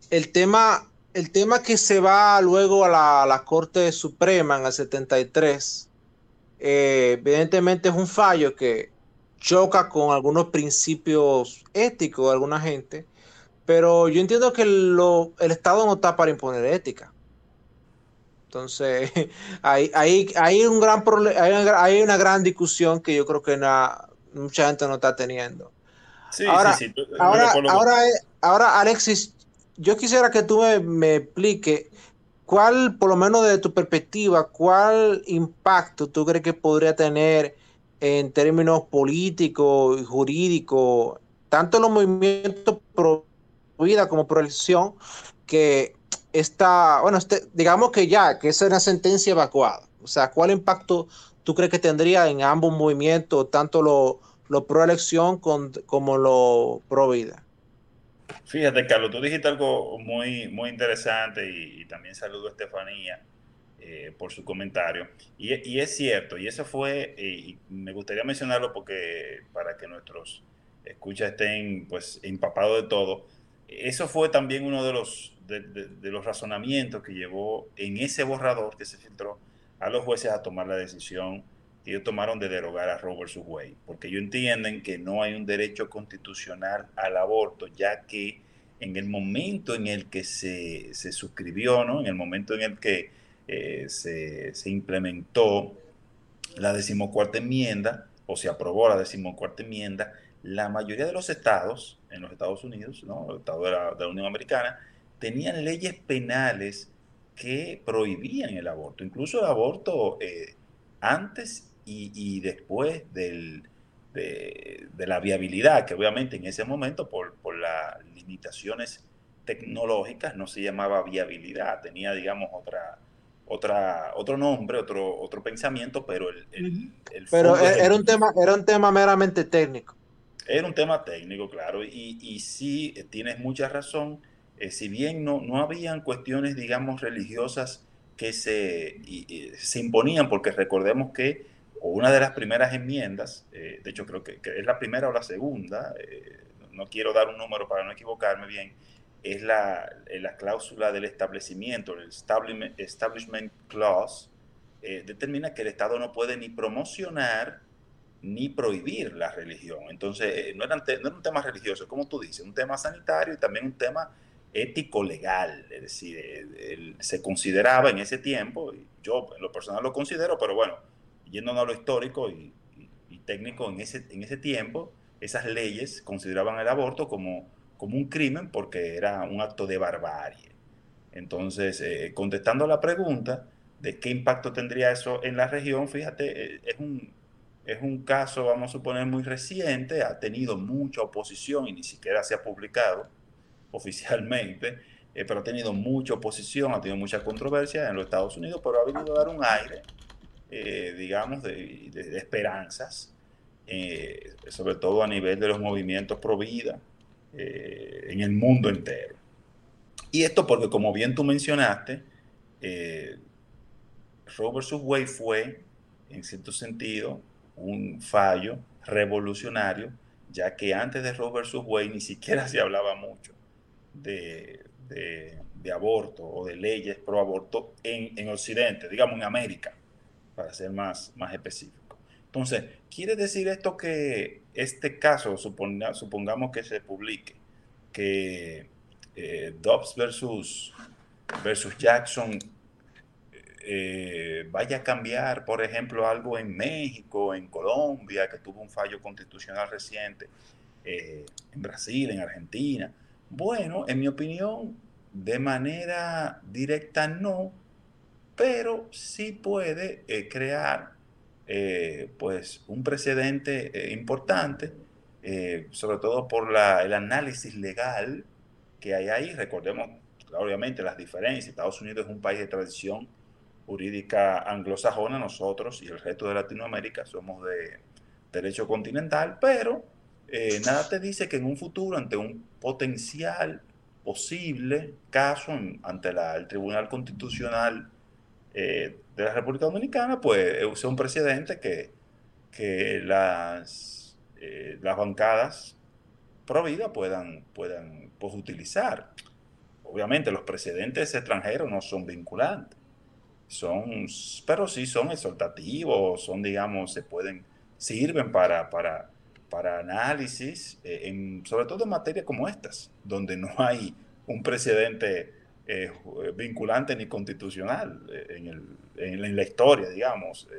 el tema que se va luego a la Corte Suprema en el 73, evidentemente es un fallo que choca con algunos principios éticos de alguna gente, pero yo entiendo que el Estado no está para imponer ética. Entonces, hay un gran problema, hay una gran discusión que yo creo que mucha gente no está teniendo. Sí, sí, Ahora, sí, estoy de acuerdo. ahora, Alexis, yo quisiera que tú me expliques cuál, por lo menos desde tu perspectiva, cuál impacto tú crees que podría tener en términos políticos y jurídicos, tanto los movimientos pro vida como pro elección, que bueno, digamos que ya, que esa es una sentencia evacuada. O sea, ¿cuál impacto tú crees que tendría en ambos movimientos, tanto lo pro elección como lo pro vida? Fíjate, Carlos, tú dijiste algo muy, muy interesante y también saludo a Estefanía por su comentario. Y es cierto, y eso fue, y me gustaría mencionarlo porque para que nuestros escuchas estén pues empapados de todo, eso fue también uno de los razonamientos que llevó en ese borrador que se filtró a los jueces a tomar la decisión que ellos tomaron de derogar a Roe versus Wade, porque ellos entienden que no hay un derecho constitucional al aborto, ya que en el momento en el que se suscribió, ¿no? En el momento en el que se implementó la decimocuarta enmienda, o se aprobó la decimocuarta enmienda, la mayoría de los estados, en los Estados Unidos, ¿no? Los estados de la Unión Americana, tenían leyes penales que prohibían el aborto, incluso el aborto antes y después de la viabilidad, que obviamente en ese momento por las limitaciones tecnológicas no se llamaba viabilidad, tenía, digamos, otro nombre, otro pensamiento, pero el Pero fondo es el mismo. era un tema meramente técnico. Era un tema técnico, claro, y sí, tienes mucha razón. Si bien no habían cuestiones, digamos, religiosas que se imponían, porque recordemos que una de las primeras enmiendas, de hecho creo que es la primera o la segunda, no quiero dar un número para no equivocarme bien, es la cláusula del establecimiento, el Establishment Clause, determina que el Estado no puede ni promocionar ni prohibir la religión. Entonces, no era un tema religioso, como tú dices, un tema sanitario y también un tema ético-legal. Es decir, se consideraba en ese tiempo, y yo en lo personal lo considero, pero bueno, yéndonos a lo histórico y técnico, en ese tiempo, esas leyes consideraban el aborto como un crimen porque era un acto de barbarie. Entonces, contestando a la pregunta de qué impacto tendría eso en la región, fíjate, es un caso, vamos a suponer, muy reciente, ha tenido mucha oposición y ni siquiera se ha publicado oficialmente, pero ha tenido mucha oposición, ha tenido mucha controversia en los Estados Unidos, pero ha venido a dar un aire, digamos, de esperanzas, sobre todo a nivel de los movimientos pro vida en el mundo entero. Y esto porque, como bien tú mencionaste, eh, Roe versus Wade fue, en cierto sentido, un fallo revolucionario, ya que antes de Roe versus Wade ni siquiera se hablaba mucho de aborto o de leyes pro aborto en Occidente, digamos en América, para ser más específico. Entonces, ¿quiere decir esto que este caso, supongamos que se publique, que Dobbs versus Jackson vaya a cambiar, por ejemplo, algo en México, en Colombia, que tuvo un fallo constitucional reciente, en Brasil, en Argentina? Bueno, en mi opinión, de manera directa no, pero sí puede crear pues un precedente importante, sobre todo por el análisis legal que hay ahí. Recordemos, obviamente, las diferencias. Estados Unidos es un país de tradición jurídica anglosajona, nosotros y el resto de Latinoamérica somos de derecho continental, pero nada te dice que en un futuro, ante un potencial posible caso ante el Tribunal Constitucional de la República Dominicana, pues sea un precedente que las bancadas pro vida puedan pues, utilizar. obviamente los precedentes extranjeros no son vinculantes, pero sí son exhortativos, son, digamos, sirven para análisis, sobre todo en materias como estas, donde no hay un precedente vinculante ni constitucional en la historia, digamos,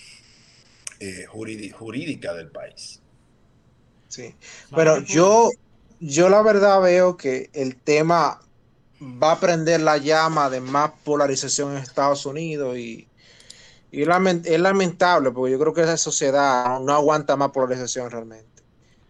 jurídica del país. Sí, pero yo la verdad veo que el tema va a prender la llama de más polarización en Estados Unidos y es lamentable porque yo creo que esa sociedad no aguanta más polarización realmente.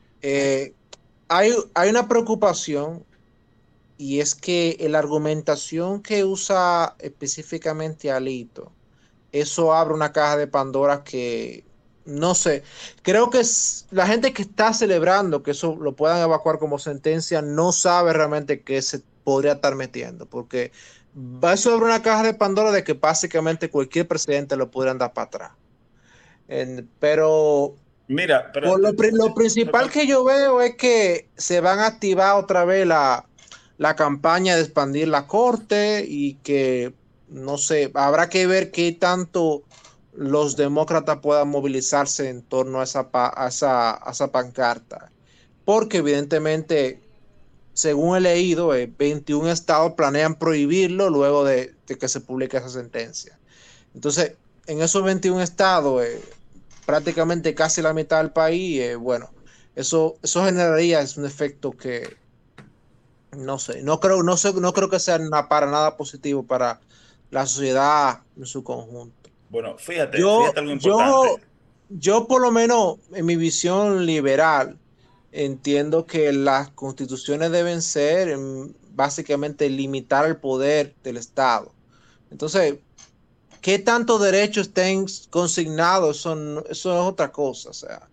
Hay una preocupación y es que la argumentación que usa específicamente Alito, eso abre una caja de Pandora que no sé, creo que la gente que está celebrando que eso lo puedan evacuar como sentencia no sabe realmente qué se podría estar metiendo, porque va a sobre una caja de Pandora de que básicamente cualquier presidente lo podrían dar para atrás. Pero Mira, pero lo principal que yo veo es que se van a activar otra vez la campaña de expandir la corte y que, no sé, habrá que ver qué tanto los demócratas puedan movilizarse en torno a esa pancarta. Porque evidentemente, según he leído, 21 estados planean prohibirlo luego de que se publique esa sentencia. Entonces, en esos 21 estados, prácticamente casi la mitad del país, bueno, eso generaría un efecto que no sé, no creo que sea para nada positivo para la sociedad en su conjunto. Bueno, fíjate Yo, algo yo, importante. yo por lo menos en mi visión liberal entiendo que las constituciones deben ser básicamente limitar el poder del Estado. Entonces, ¿qué tanto derechos estén consignados? Eso es otra cosa. O sea,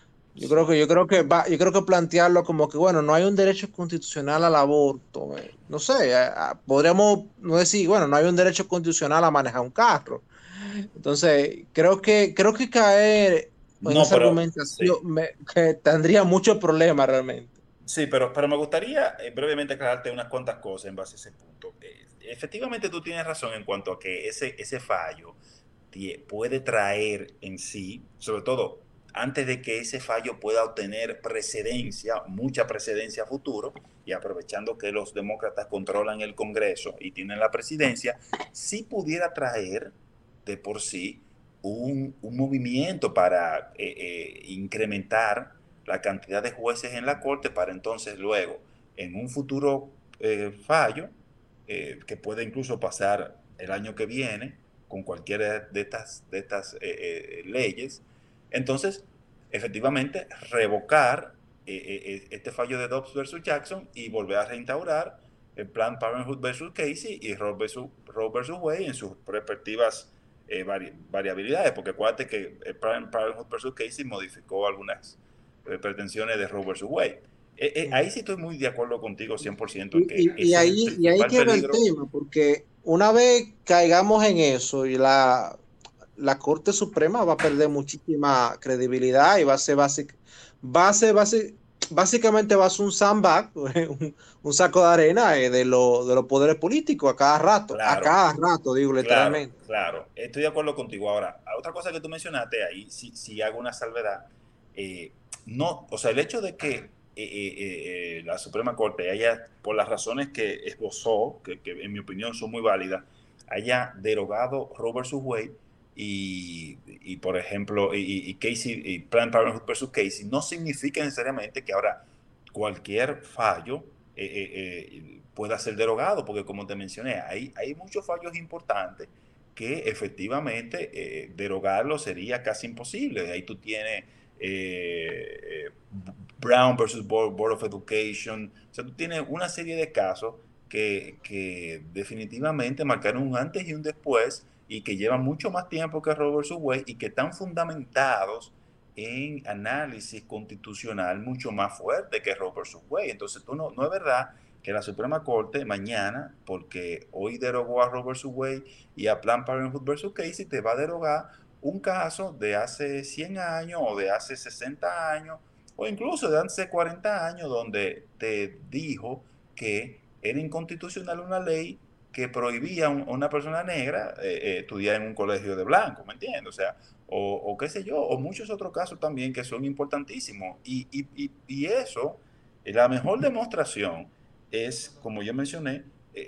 yo creo que plantearlo como que, bueno, no hay un derecho constitucional al aborto. No sé, podríamos no decir, bueno, no hay un derecho constitucional a manejar un carro. Entonces, creo que caer en No, esa pero sí. argumentación que tendría muchos problemas realmente. Sí, pero me gustaría brevemente aclararte unas cuantas cosas en base a ese punto. Efectivamente, tú tienes razón en cuanto a que ese fallo puede traer en sí, sobre todo antes de que ese fallo pueda obtener precedencia, mucha precedencia a futuro, y aprovechando que los demócratas controlan el Congreso y tienen la presidencia, sí pudiera traer de por sí un movimiento para incrementar la cantidad de jueces en la corte para entonces luego, en un futuro fallo, que puede incluso pasar el año que viene, con cualquiera de estas leyes, entonces, efectivamente, revocar este fallo de Dobbs versus Jackson y volver a reinstaurar el Planned Parenthood versus Casey y Roe versus Wade en sus respectivas variabilidades, porque acuérdate que el Planned Parenthood versus Casey modificó algunas pretensiones de Roe versus Wade. Ahí sí estoy muy de acuerdo contigo 100% en que Y ese es el ahí principal queda el peligro. tema, porque una vez caigamos en eso y la Corte Suprema va a perder muchísima credibilidad y va a ser básicamente va a ser un sandbag, un saco de arena de los poderes políticos a Claro, cada rato, digo claro, literalmente. claro. Estoy de acuerdo contigo. Ahora, otra cosa que tú mencionaste ahí, sí hago una salvedad. Eh, no, o sea, el hecho de que la Suprema Corte haya, por las razones que esbozó, que en mi opinión son muy válidas, haya derogado Roe versus Wade y por ejemplo, y Casey, y Planned Parenthood versus Casey, no significa necesariamente que ahora cualquier fallo pueda ser derogado, porque como te mencioné, hay muchos fallos importantes que efectivamente derogarlo sería casi imposible. Ahí tú tienes Brown versus Board of Education, o sea, tú tienes una serie de casos que definitivamente marcaron un antes y un después y que llevan mucho más tiempo que Roe versus Wade y que están fundamentados en análisis constitucional mucho más fuerte que Roe versus Wade. Entonces, no es verdad que la Suprema Corte mañana, porque hoy derogó a Roe versus Wade y a Planned Parenthood versus Casey, te va a derogar un caso de hace 100 años o de hace 60 años o incluso de hace 40 años donde te dijo que era inconstitucional una ley que prohibía a una persona negra estudiar en un colegio de blanco, ¿me entiendes? O sea, o qué sé yo, o muchos otros casos también que son importantísimos. Y eso, la mejor demostración es, como yo mencioné,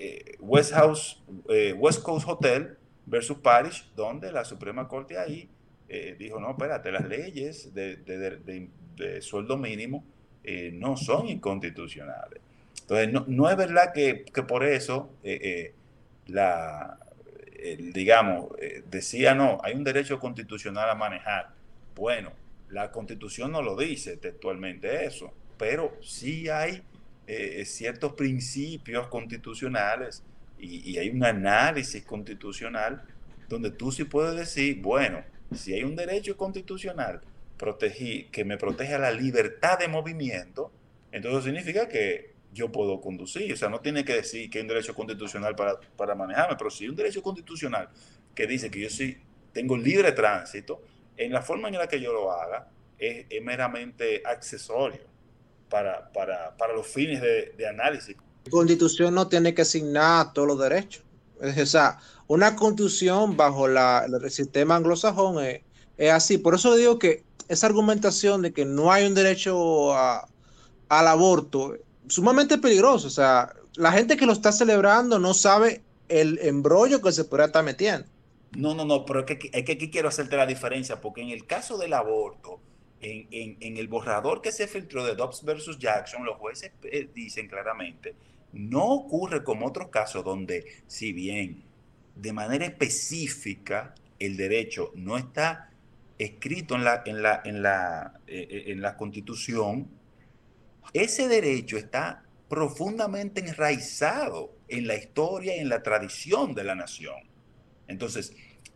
West Coast Hotel versus Parish, donde la Suprema Corte ahí dijo, no, espérate, las leyes de sueldo mínimo no son inconstitucionales. Entonces, no es verdad que por eso la, digamos, decía, no, hay un derecho constitucional a manejar. Bueno, la Constitución no lo dice textualmente eso, pero sí hay ciertos principios constitucionales y hay un análisis constitucional donde tú sí puedes decir, bueno, si hay un derecho constitucional que me protege a la libertad de movimiento, entonces significa que yo puedo conducir. O sea, no tiene que decir que hay un derecho constitucional para manejarme, pero si hay un derecho constitucional que dice que yo sí tengo libre tránsito, en la forma en la que yo lo haga, es meramente accesorio para los fines de análisis. La Constitución no tiene que asignar todos los derechos. O sea, una Constitución bajo el sistema anglosajón es así. Por eso digo que esa argumentación de que no hay un derecho al aborto sumamente peligroso. O sea, la gente que lo está celebrando no sabe el embrollo que se podría estar metiendo. No, pero es que aquí quiero hacerte la diferencia, porque en el caso del aborto, en el borrador que se filtró de Dobbs versus Jackson, los jueces dicen claramente, no ocurre como otros casos donde, si bien de manera específica el derecho no está escrito en la Constitución, ese derecho está profundamente enraizado en la historia y en la tradición de la nación. Entonces,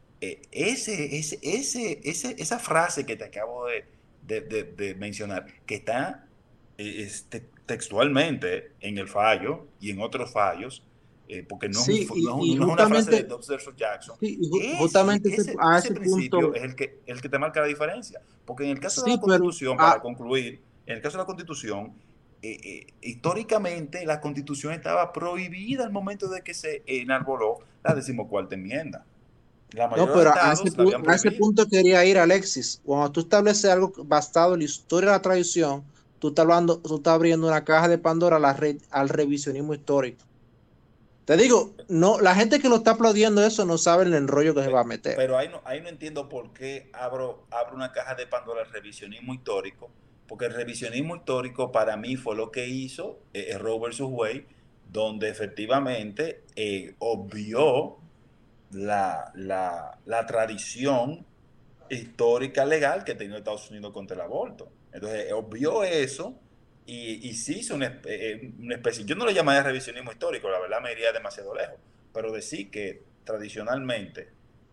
esa frase que te acabo de mencionar, que está textualmente en el fallo y en otros fallos, porque no, sí, no es una frase de Dobbs versus Jackson, justamente a ese principio punto, es el que te marca la diferencia. Porque en el caso de sí, la Constitución, para concluir, en el caso de la Constitución, históricamente la Constitución estaba prohibida al momento de que se enarboló la 14ª enmienda. La mayoría no, de los pero estados la habían a ese prohibido. punto quería ir, Alexis. Cuando tú estableces algo basado en la historia de la tradición, tú estás abriendo una caja de Pandora al revisionismo histórico. Te digo, no, la gente que lo está aplaudiendo eso no sabe el enrollo que se va a meter. Pero ahí no entiendo por qué abro una caja de Pandora al revisionismo histórico, porque el revisionismo histórico para mí fue lo que hizo Roe versus Wade, donde efectivamente obvió la tradición histórica legal que tenía Estados Unidos contra el aborto. Entonces, obvió eso y sí hizo una especie, yo no le llamaría revisionismo histórico, la verdad me iría demasiado lejos, pero decir que tradicionalmente,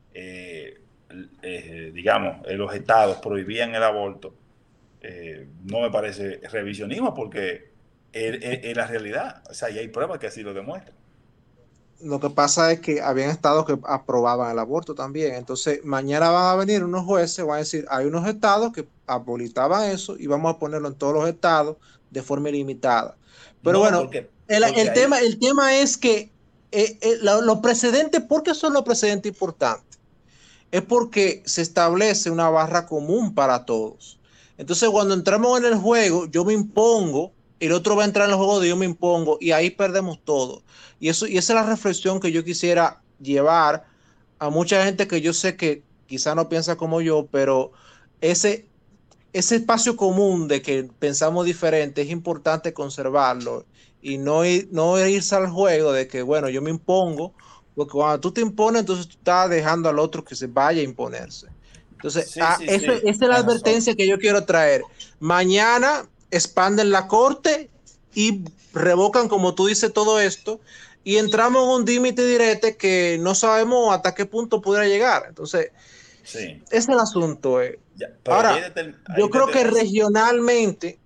digamos, los estados prohibían el aborto, no me parece revisionismo porque es la realidad, o sea, y hay pruebas que así lo demuestran. Lo que pasa es que habían estados que aprobaban el aborto también. Entonces, mañana van a venir unos jueces, van a decir, hay unos estados que abolitaban eso y vamos a ponerlo en todos los estados de forma ilimitada. Pero No, bueno, porque el tema es que los precedentes, ¿por qué son los precedentes importantes? Es porque se establece una barra común para todos. Entonces, cuando entramos en el juego, yo me impongo, el otro va a entrar en el juego de yo me impongo, y ahí perdemos todo. Y esa es la reflexión que yo quisiera llevar a mucha gente que yo sé que quizá no piensa como yo, pero ese espacio común de que pensamos diferente es importante conservarlo y no irse al juego de que, bueno, yo me impongo, porque cuando tú te impones, entonces tú estás dejando al otro que se vaya a imponerse. Entonces, sí, esa es la advertencia que yo quiero traer. Mañana expanden la corte y revocan, como tú dices, todo esto y entramos en un límite directo que no sabemos hasta qué punto pudiera llegar. Entonces, sí. ese es el asunto. Ya, Ahora, yo creo que regionalmente,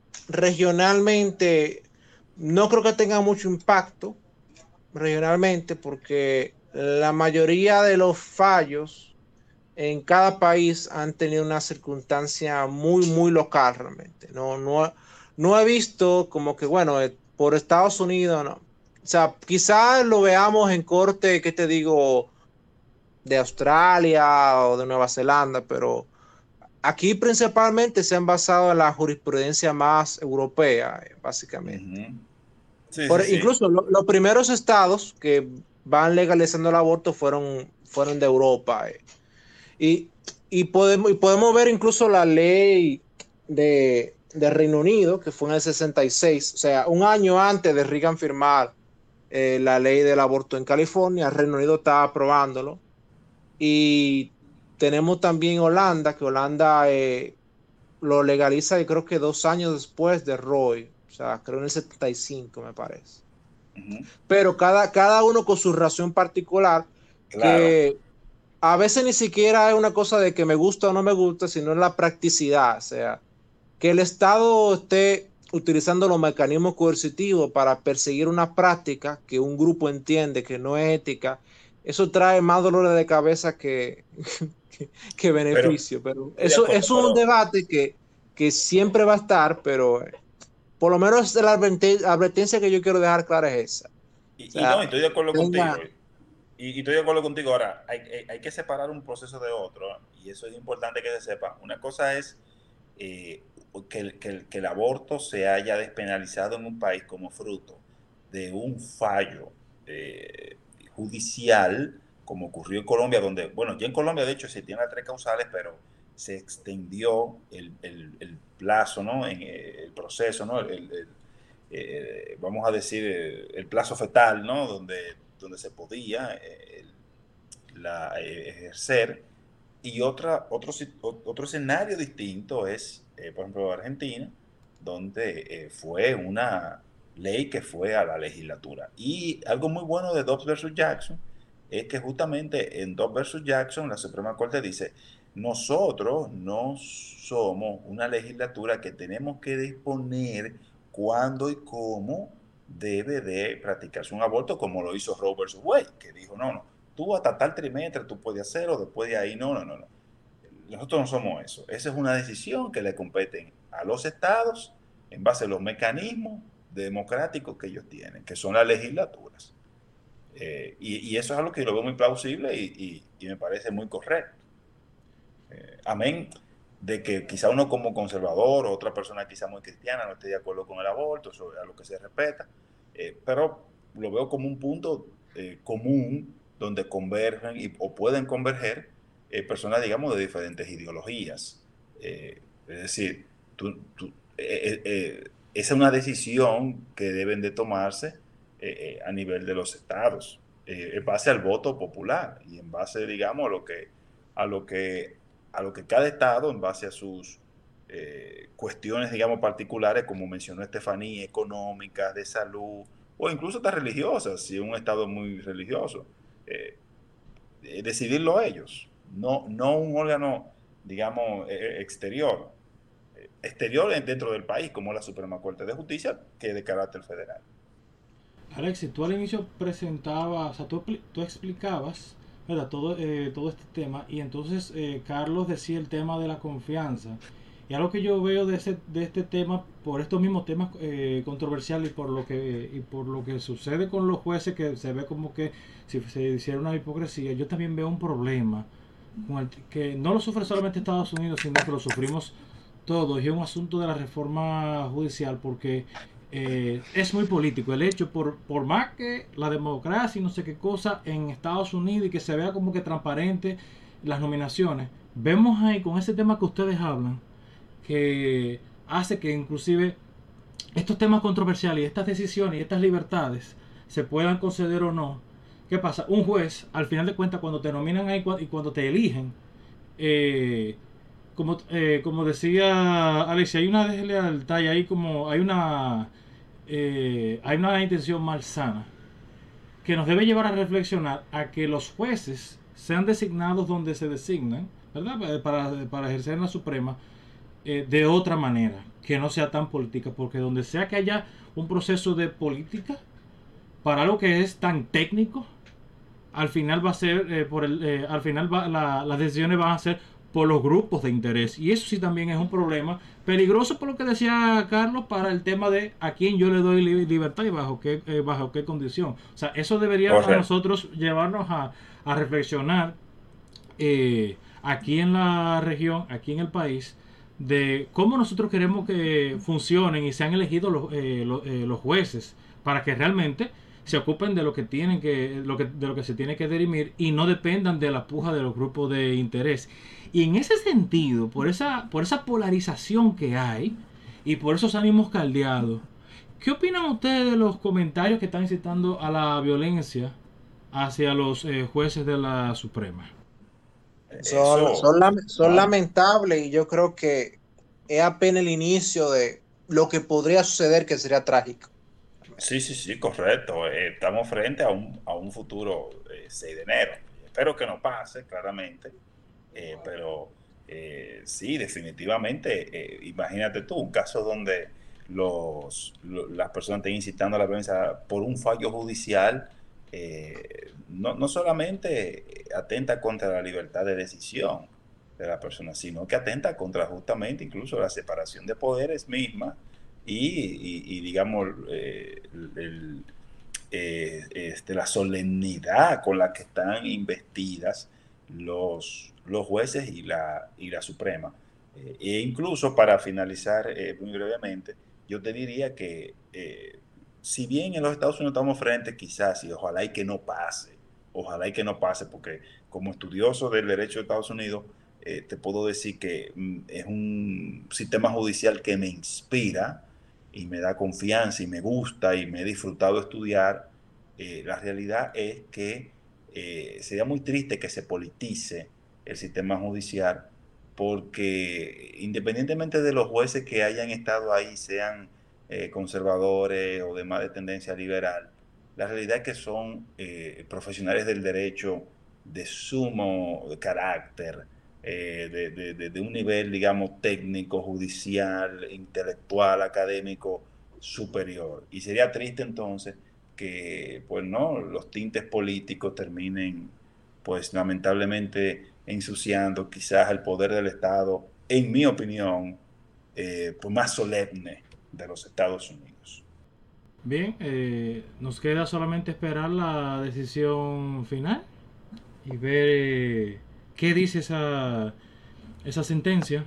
no creo que tenga mucho impacto regionalmente porque la mayoría de los fallos en cada país han tenido una circunstancia muy, muy local realmente. No he visto como que, bueno, por Estados Unidos, no. sea, quizás lo veamos en corte, ¿qué te digo? De Australia o de Nueva Zelanda, pero aquí principalmente se han basado en la jurisprudencia más europea, básicamente. Ujú. Sí, sí, sí. Incluso los primeros estados que van legalizando el aborto fueron de Europa. Y, y podemos ver incluso la ley de Reino Unido, que fue en el 66, o sea, un año antes de Reagan firmar la ley del aborto en California, el Reino Unido estaba aprobándolo. Y tenemos también Holanda, que Holanda lo legaliza, y creo que 2 años después de Roe, o sea, creo en el 75, me parece. Ujú. Pero cada uno con su razón particular, Claro. que a veces ni siquiera es una cosa de que me gusta o no me gusta, sino en la practicidad, o sea, que el Estado esté utilizando los mecanismos coercitivos para perseguir una práctica que un grupo entiende que no es ética, eso trae más dolores de cabeza que Pero beneficio. Pero estoy de eso acuerdo, es un pero debate que siempre va a estar, pero por lo menos la advertencia que yo quiero dejar clara es esa. O y no, sea, estoy de acuerdo contigo. tenga, Y estoy de acuerdo contigo. Ahora, hay que separar un proceso de otro, y eso es importante que se sepa. Una cosa es eh, que el aborto se haya despenalizado en un país como fruto de un fallo judicial, como ocurrió en Colombia, donde, bueno, ya en Colombia de hecho se tienen las 3 causales, pero se extendió el plazo, ¿no? En el proceso, ¿no? Vamos a decir, el plazo fetal, ¿no? Donde se podía ejercer. Y otro escenario distinto es, por ejemplo, Argentina, donde fue una ley que fue a la legislatura. Y algo muy bueno de Dobbs versus Jackson es que justamente en Dobbs versus Jackson la Suprema Corte dice, nosotros no somos una legislatura que tenemos que disponer cuándo y cómo debe de practicarse un aborto, como lo hizo Roe versus Wade, que dijo, no, no, tú hasta tal trimestre tú puedes hacerlo, después de ahí, no, no, no, no. Nosotros no somos eso. Esa es una decisión que le competen a los estados en base a los mecanismos democráticos que ellos tienen, que son las legislaturas. Y eso es algo que yo lo veo muy plausible y me parece muy correcto. Amén de que quizá uno como conservador o otra persona quizá muy cristiana no esté de acuerdo con el aborto, eso es a lo que se respeta, pero lo veo como un punto común donde convergen o pueden converger personas, digamos, de diferentes ideologías. Es decir, esa es una decisión que deben de tomarse a nivel de los estados, en base al voto popular y en base, digamos, a lo que a lo que cada estado, en base a sus cuestiones, digamos, particulares, como mencionó Estefanía, económicas, de salud, o incluso hasta religiosas, si es un estado muy religioso, eh, decidirlo ellos, no un órgano, digamos, exterior dentro del país, como la Suprema Corte de Justicia, que es de carácter federal. Alexis, tú al inicio presentabas, o sea, tú explicabas, ¿verdad? Todo este tema, y entonces Carlos decía el tema de la confianza. Y algo que yo veo de este tema, por estos mismos temas controversiales y por lo que sucede con los jueces, que se ve como que si se hiciera una hipocresía, yo también veo un problema que no lo sufre solamente Estados Unidos, sino que lo sufrimos todos. Y es un asunto de la reforma judicial, porque es muy político el hecho, por más que la democracia y no sé qué cosa en Estados Unidos, y que se vea como que transparente las nominaciones, vemos ahí con ese tema que ustedes hablan, que hace que inclusive estos temas controversiales y estas decisiones y estas libertades se puedan conceder o no. ¿Qué pasa? Un juez, al final de cuentas, cuando te nominan ahí y cuando te eligen, como decía Alex, hay una deslealtad y hay una intención malsana que nos debe llevar a reflexionar a que los jueces sean designados donde se designan, ¿verdad? Para ejercer en la Suprema, de otra manera, que no sea tan política, porque donde sea que haya un proceso de política para algo que es tan técnico, al final va a ser las decisiones van a ser por los grupos de interés. Y eso sí también es un problema peligroso, por lo que decía Carlos, para el tema de a quién yo le doy libertad y bajo qué condición. O sea, eso debería a nosotros llevarnos a reflexionar aquí en la región, aquí en el país, de cómo nosotros queremos que funcionen y sean elegidos los jueces para que realmente se ocupen de lo que tienen de lo que se tiene que dirimir y no dependan de la puja de los grupos de interés. Y en ese sentido, por esa polarización que hay y por esos ánimos caldeados, ¿qué opinan ustedes de los comentarios que están incitando a la violencia hacia los jueces de la Suprema? Son lamentables, y yo creo que es apenas el inicio de lo que podría suceder, que sería trágico. Sí, correcto. Estamos frente a un futuro 6 de enero. Espero que no pase, claramente, pero sí, definitivamente, imagínate tú, un caso donde las personas estén incitando a la violencia por un fallo judicial, no solamente atenta contra la libertad de decisión de la persona, sino que atenta contra justamente incluso la separación de poderes misma y digamos, la solemnidad con la que están investidas los jueces y la Suprema. E incluso, para finalizar muy brevemente, yo te diría que si bien en los Estados Unidos estamos frente, quizás, y ojalá y que no pase, porque como estudioso del derecho de Estados Unidos, te puedo decir que es un sistema judicial que me inspira y me da confianza y me gusta y me he disfrutado estudiar. La realidad es que sería muy triste que se politice el sistema judicial, porque independientemente de los jueces que hayan estado ahí, sean conservadores o demás de tendencia liberal, la realidad es que son profesionales del derecho de sumo carácter, de un nivel, digamos, técnico, judicial, intelectual, académico superior. Y sería triste entonces que, pues no, los tintes políticos terminen, pues lamentablemente, ensuciando quizás el poder del Estado, en mi opinión, pues más solemne de los Estados Unidos. Bien, nos queda solamente esperar la decisión final y ver qué dice esa sentencia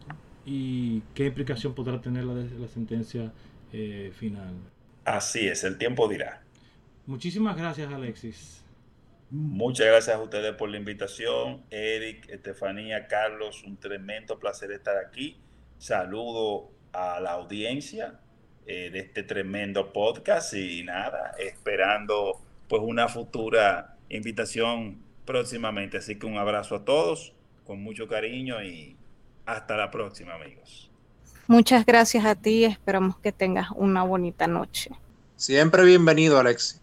y qué implicación podrá tener la sentencia final. Así es, el tiempo dirá. Muchísimas gracias, Alexis. Muchas gracias a ustedes por la invitación, Eric, Estefanía, Carlos, un tremendo placer estar aquí. Saludo a la audiencia de este tremendo podcast y nada, esperando pues una futura invitación próximamente. Así que un abrazo a todos, con mucho cariño y hasta la próxima, amigos. Muchas gracias a ti, esperamos que tengas una bonita noche. Siempre bienvenido, Alexis.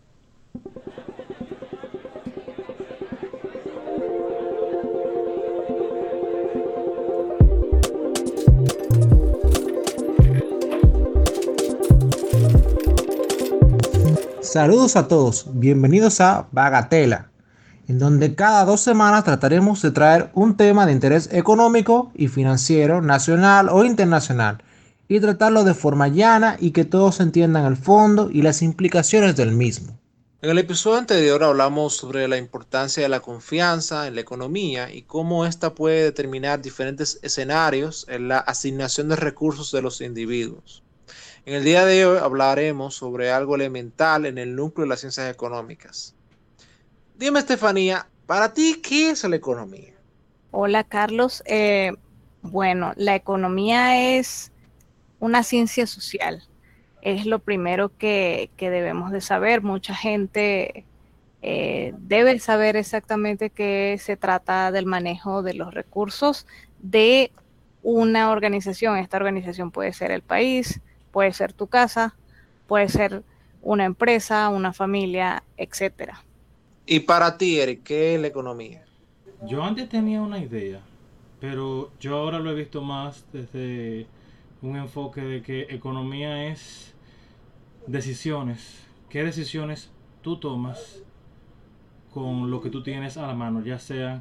Saludos a todos, bienvenidos a Bagatela, en donde cada 2 semanas trataremos de traer un tema de interés económico y financiero, nacional o internacional, y tratarlo de forma llana y que todos entiendan el fondo y las implicaciones del mismo. En el episodio anterior hablamos sobre la importancia de la confianza en la economía y cómo ésta puede determinar diferentes escenarios en la asignación de recursos de los individuos. En el día de hoy hablaremos sobre algo elemental en el núcleo de las ciencias económicas. Dime, Estefanía, para ti, ¿qué es la economía? Hola, Carlos. Bueno, la economía es una ciencia social. Es lo primero que debemos de saber. Mucha gente debe saber exactamente que se trata del manejo de los recursos de una organización. Esta organización puede ser el país, puede ser tu casa, puede ser una empresa, una familia, etcétera. Y para ti, Eric, ¿qué es la economía? Yo antes tenía una idea, pero yo ahora lo he visto más desde un enfoque de que economía es decisiones. ¿Qué decisiones tú tomas con lo que tú tienes a la mano? Ya sean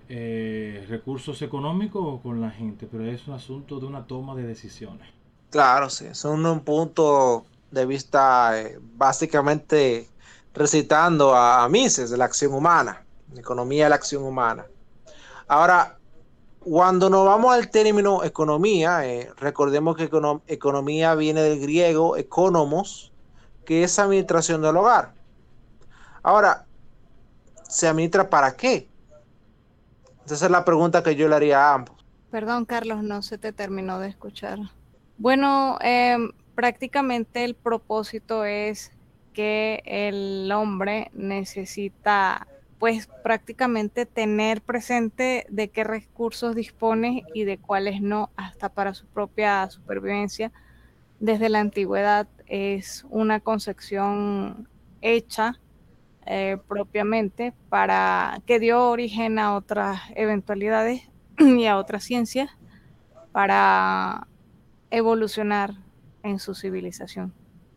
recursos económicos o con la gente, pero es un asunto de una toma de decisiones. Claro, sí, son un punto de vista básicamente recitando a Mises de la acción humana, economía de la acción humana. Ahora, cuando nos vamos al término economía, recordemos que economía viene del griego economos, que es administración del hogar. Ahora, ¿se administra para qué? Esa es la pregunta que yo le haría a ambos. Perdón, Carlos, no se te terminó de escuchar. Bueno, prácticamente el propósito es que el hombre necesita, pues prácticamente tener presente de qué recursos dispone y de cuáles no, hasta para su propia supervivencia. Desde la antigüedad es una concepción hecha propiamente para que dio origen a otras eventualidades y a otras ciencias para evolucionar en su civilización.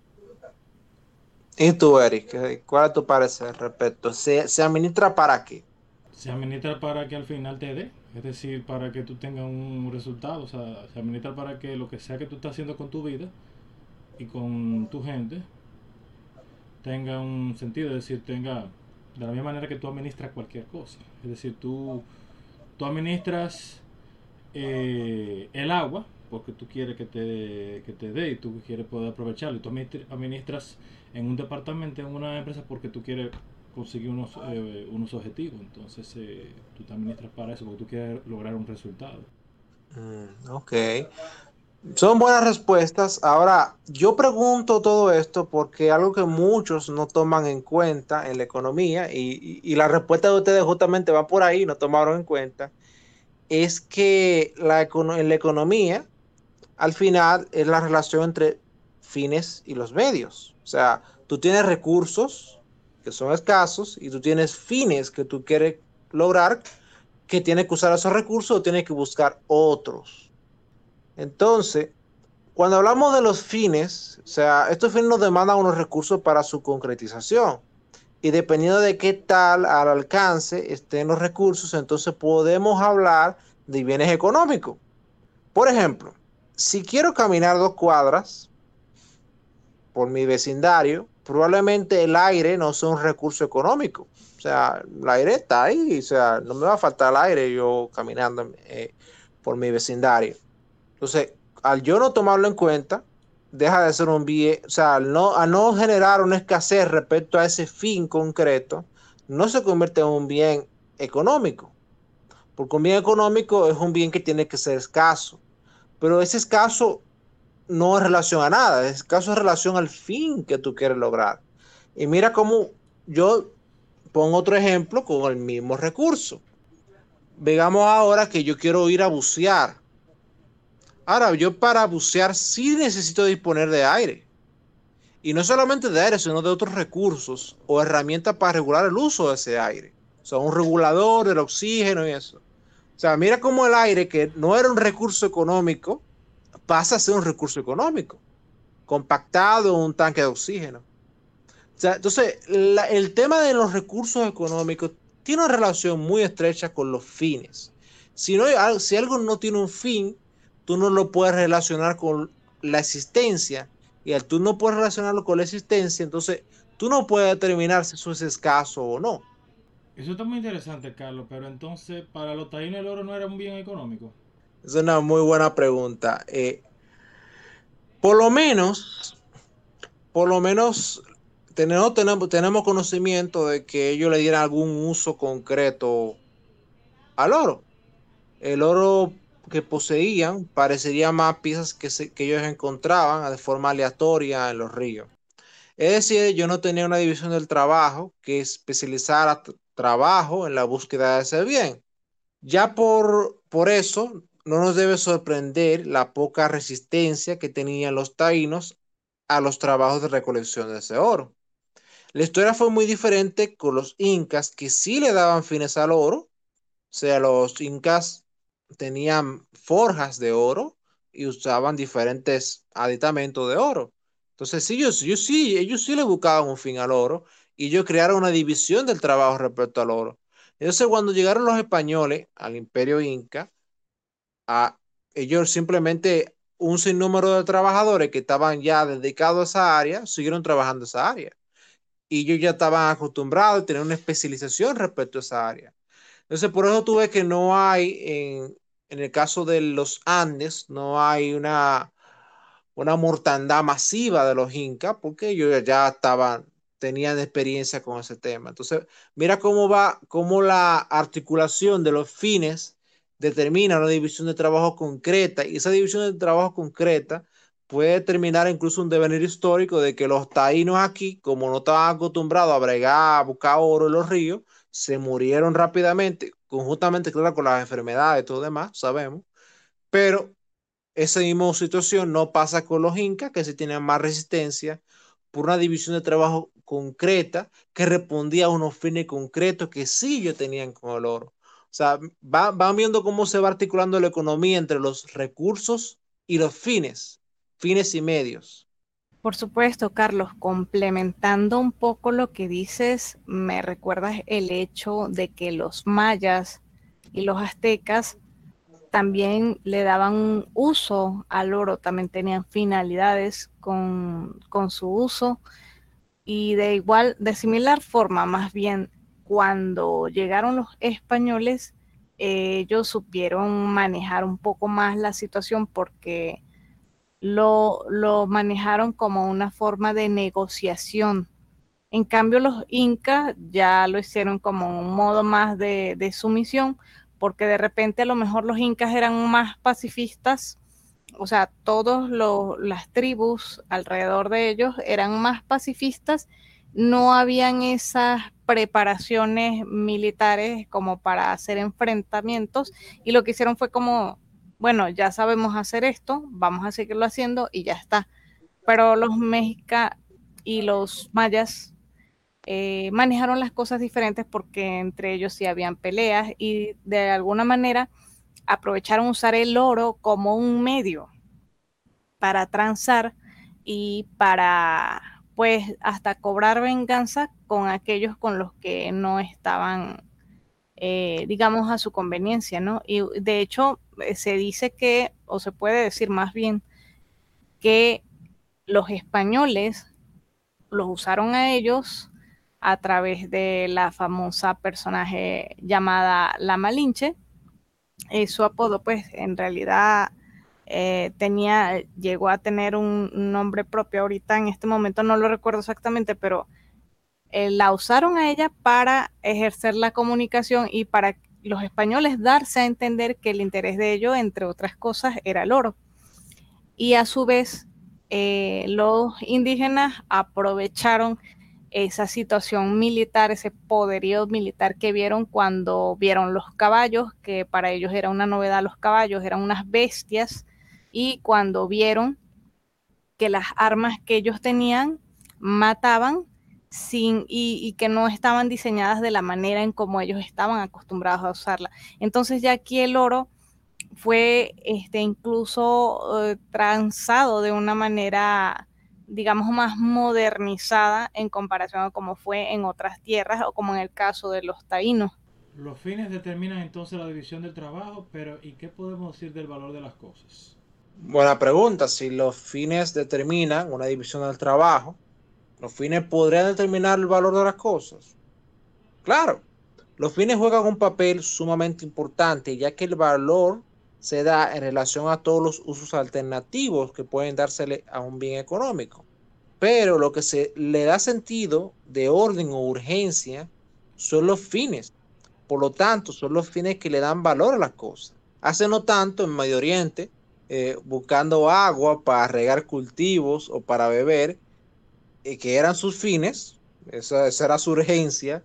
¿Y tú, Eric? ¿Cuál es tu parecer respecto? ¿Se administra para qué? Se administra para que al final te dé, es decir, para que tú tengas un resultado, o sea, se administra para que lo que sea que tú estás haciendo con tu vida y con tu gente tenga un sentido, es decir, tenga de la misma manera que tú administras cualquier cosa, es decir, tú administras el agua porque tú quieres que te dé y tú quieres poder aprovecharlo, y tú administras en un departamento, en una empresa, porque tú quieres conseguir unos objetivos, entonces tú te administras para eso porque tú quieres lograr un resultado. Ok. Son buenas respuestas. Ahora, yo pregunto todo esto porque algo que muchos no toman en cuenta en la economía, y la respuesta de ustedes justamente va por ahí, no tomaron en cuenta, es que en la economía, al final, es la relación entre fines y los medios. O sea, tú tienes recursos que son escasos y tú tienes fines que tú quieres lograr, que tienes que usar esos recursos o tienes que buscar otros. Entonces, cuando hablamos de los fines, o sea, estos fines nos demandan unos recursos para su concretización. Y dependiendo de qué tal al alcance estén los recursos, entonces podemos hablar de bienes económicos. Por ejemplo, si quiero caminar 2 cuadras por mi vecindario, probablemente el aire no sea un recurso económico. O sea, el aire está ahí, o sea, no me va a faltar el aire yo caminando por mi vecindario. Entonces, al yo no tomarlo en cuenta, deja de ser un bien, o sea, al no generar una escasez respecto a ese fin concreto, no se convierte en un bien económico, porque un bien económico es un bien que tiene que ser escaso, pero ese escaso no es relación a nada, es escaso en relación al fin que tú quieres lograr. Y mira cómo yo pongo otro ejemplo con el mismo recurso. Digamos ahora que yo quiero ir a bucear. Ahora, yo para bucear sí necesito disponer de aire. Y no solamente de aire, sino de otros recursos o herramientas para regular el uso de ese aire. O sea, un regulador del oxígeno y eso. O sea, mira cómo el aire, que no era un recurso económico, pasa a ser un recurso económico, compactado en un tanque de oxígeno. O sea, entonces, el tema de los recursos económicos tiene una relación muy estrecha con los fines. Si algo no tiene un fin, tú no lo puedes relacionar con la existencia. Y al tú no puedes relacionarlo con la existencia, entonces tú no puedes determinar si eso es escaso o no. Eso está muy interesante, Carlos, pero entonces para los taínos el oro no era un bien económico. Es una muy buena pregunta. Por lo menos, por lo menos tenemos conocimiento de que ellos le dieran algún uso concreto al oro. El oro que poseían parecería más piezas que ellos encontraban de forma aleatoria en los ríos. Es decir, ellos no tenían una división del trabajo que especializara trabajo en la búsqueda de ese bien. Ya por eso no nos debe sorprender la poca resistencia que tenían los taínos a los trabajos de recolección de ese oro. La historia fue muy diferente con los incas, que sí le daban fines al oro. O sea, los incas tenían forjas de oro y usaban diferentes aditamentos de oro. Entonces, sí, ellos sí le buscaban un fin al oro y ellos crearon una división del trabajo respecto al oro. Entonces, cuando llegaron los españoles al Imperio Inca, ellos simplemente, un sinnúmero de trabajadores que estaban ya dedicados a esa área, siguieron trabajando esa área. Y ellos ya estaban acostumbrados a tener una especialización respecto a esa área. Entonces, por eso tú ves que no hay, en el caso de los Andes, no hay una mortandad masiva de los incas, porque ellos ya tenían experiencia con ese tema. Entonces, mira cómo la articulación de los fines determina una división de trabajo concreta, y esa división de trabajo concreta puede determinar incluso un devenir histórico de que los taínos aquí, como no estaban acostumbrados a bregar, a buscar oro en los ríos, se murieron rápidamente, conjuntamente, claro, con las enfermedades y todo demás, sabemos, pero esa misma situación no pasa con los incas, que sí tenían más resistencia por una división de trabajo concreta que respondía a unos fines concretos que sí ellos tenían con el oro. O sea, van viendo cómo se va articulando la economía entre los recursos y los fines y medios. Por supuesto, Carlos, complementando un poco lo que dices, me recuerdas el hecho de que los mayas y los aztecas también le daban uso al oro, también tenían finalidades con su uso, y de similar forma, más bien, cuando llegaron los españoles, ellos supieron manejar un poco más la situación porque lo manejaron como una forma de negociación. En cambio, los incas ya lo hicieron como un modo más de sumisión, porque de repente a lo mejor los incas eran más pacifistas, o sea, todas las tribus alrededor de ellos eran más pacifistas, no habían esas preparaciones militares como para hacer enfrentamientos, y lo que hicieron fue como, bueno, ya sabemos hacer esto, vamos a seguirlo haciendo y ya está. Pero los mexicanos y los mayas manejaron las cosas diferentes porque entre ellos sí habían peleas, y de alguna manera aprovecharon usar el oro como un medio para transar y para, pues, hasta cobrar venganza con aquellos con los que no estaban, digamos, a su conveniencia, ¿no? Y de hecho se dice que, o se puede decir más bien, que los españoles los usaron a ellos a través de la famosa personaje llamada La Malinche. Su apodo, pues, en realidad llegó a tener un nombre propio. Ahorita en este momento no lo recuerdo exactamente, pero la usaron a ella para ejercer la comunicación y para los españoles darse a entender que el interés de ellos, entre otras cosas, era el oro. Y a su vez, los indígenas aprovecharon esa situación militar, ese poderío militar que vieron cuando vieron los caballos, que para ellos era una novedad. Los caballos eran unas bestias, y cuando vieron que las armas que ellos tenían mataban y que no estaban diseñadas de la manera en como ellos estaban acostumbrados a usarla. Entonces ya aquí el oro fue incluso transado de una manera, digamos, más modernizada en comparación a como fue en otras tierras, o como en el caso de los taínos. Los fines determinan entonces la división del trabajo, pero ¿y qué podemos decir del valor de las cosas? Buena pregunta. Si los fines determinan una división del trabajo, ¿los fines podrían determinar el valor de las cosas? Claro, los fines juegan un papel sumamente importante, ya que el valor se da en relación a todos los usos alternativos que pueden dársele a un bien económico. Pero lo que se le da sentido de orden o urgencia son los fines. Por lo tanto, son los fines que le dan valor a las cosas. Hace no tanto en Medio Oriente, buscando agua para regar cultivos o para beber, que eran sus fines, esa era su urgencia.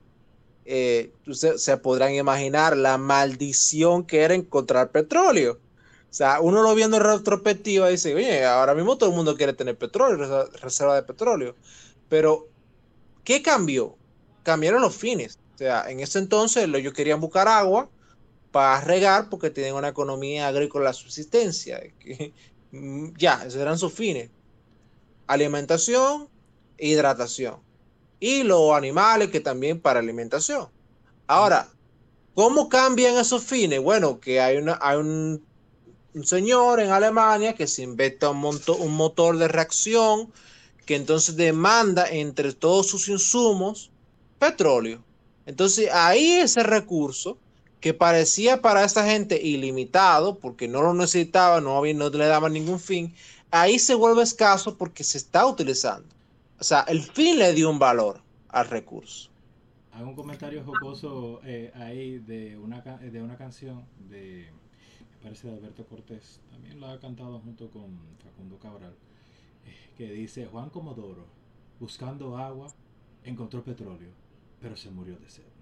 Se podrán imaginar la maldición que era encontrar petróleo. O sea, uno lo viendo en retrospectiva dice, oye, ahora mismo todo el mundo quiere tener petróleo, reserva de petróleo. Pero, ¿qué cambió? Cambiaron los fines. O sea, en ese entonces ellos querían buscar agua para regar porque tienen una economía agrícola de subsistencia. Ya, esos eran sus fines. Alimentación e hidratación. Y los animales que también para alimentación. Ahora, ¿Cómo cambian esos fines? Bueno, que hay un señor en Alemania que se inventa un motor de reacción que entonces demanda entre todos sus insumos petróleo. Entonces ahí ese recurso que parecía para esa gente ilimitado, porque no lo necesitaba, no le daba ningún fin, ahí se vuelve escaso porque se está utilizando. O sea, el fin le dio un valor al recurso. Hago un comentario jocoso ahí de una canción me parece de Alberto Cortés, también lo ha cantado junto con Facundo Cabral, que dice: Juan Comodoro, buscando agua, encontró petróleo, pero se murió de sed.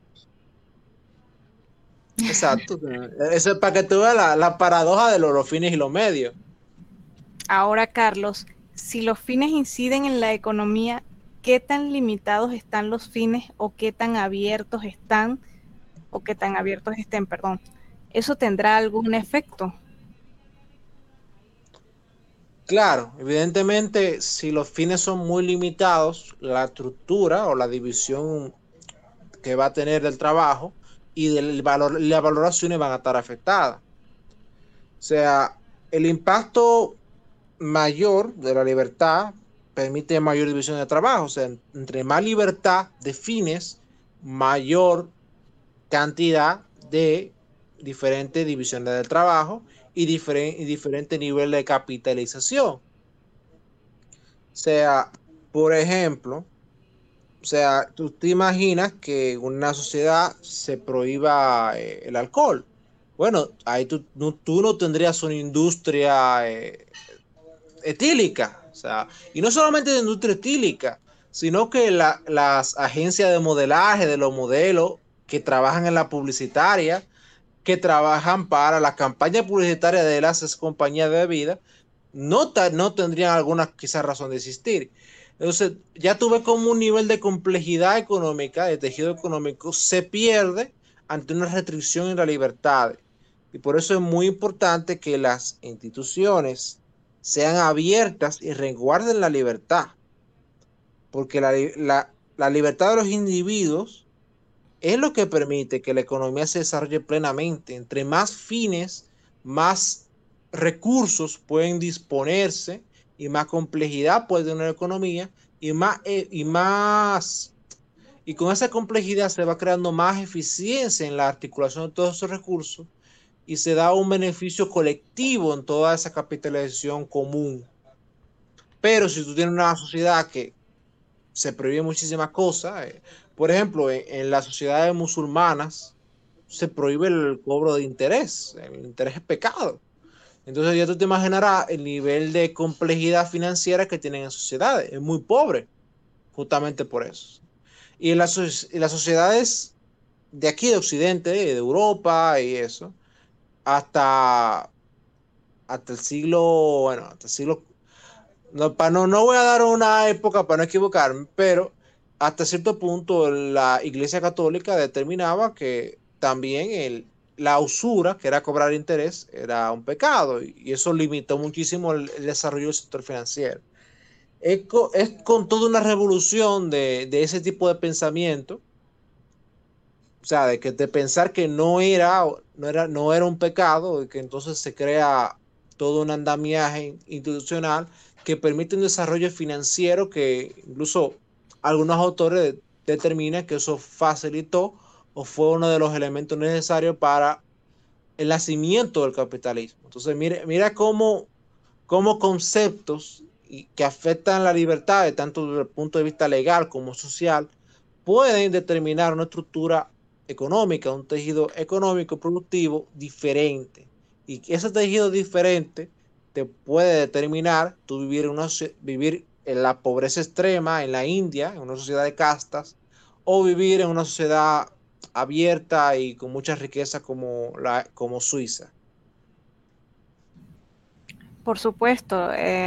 Exacto. Eso es para que tú veas la paradoja de los fines y los medios. Ahora, Carlos, si los fines inciden en la economía, ¿qué tan limitados están los fines o qué tan abiertos están o qué tan abiertos estén, perdón? ¿Eso tendrá algún efecto? Claro, evidentemente, si los fines son muy limitados, la estructura o la división que va a tener del trabajo y las valoraciones van a estar afectadas. O sea, el impacto mayor de la libertad permite mayor división de trabajo. O sea, entre más libertad de fines, mayor cantidad de diferentes divisiones del trabajo y diferente nivel de capitalización. O sea, por ejemplo, o sea, tú te imaginas que en una sociedad se prohíba el alcohol. Bueno, ahí tú no tendrías una industria etílica. O sea, y no solamente de industria etílica, sino que las agencias de modelaje de los modelos que trabajan en la publicitaria, que trabajan para la campaña publicitaria de las compañías de bebida, no tendrían alguna quizás razón de existir. Entonces, ya tuve como un nivel de complejidad económica, de tejido económico, se pierde ante una restricción en la libertad. Y por eso es muy importante que las instituciones sean abiertas y resguarden la libertad, porque la libertad de los individuos es lo que permite que la economía se desarrolle plenamente. Entre más fines, más recursos pueden disponerse y más complejidad puede tener una economía y con esa complejidad se va creando más eficiencia en la articulación de todos esos recursos y se da un beneficio colectivo en toda esa capitalización común. Pero si tú tienes una sociedad que se prohíbe muchísimas cosas. Por ejemplo, en las sociedades musulmanas se prohíbe el cobro de interés. El interés es pecado. Entonces ya tú te imaginarás el nivel de complejidad financiera que tienen en sociedades. Es muy pobre, justamente por eso. Y en las sociedades de aquí de Occidente, de Europa y eso, hasta, hasta el siglo, bueno, hasta el siglo no voy a dar una época para no equivocarme, pero hasta cierto punto la Iglesia Católica determinaba que también la usura, que era cobrar interés, era un pecado y eso limitó muchísimo el desarrollo del sector financiero. Es con toda una revolución de ese tipo de pensamiento, o sea, de pensar que no era un pecado, y que entonces se crea todo un andamiaje institucional que permite un desarrollo financiero que incluso algunos autores determinan que eso facilitó o fue uno de los elementos necesarios para el nacimiento del capitalismo. Entonces, mira cómo conceptos que afectan la libertad, tanto desde el punto de vista legal como social, pueden determinar una estructura económica, un tejido económico productivo diferente. Y ese tejido diferente te puede determinar tú vivir en la pobreza extrema en la India, en una sociedad de castas, o vivir en una sociedad abierta y con mucha riqueza como Suiza. Por supuesto,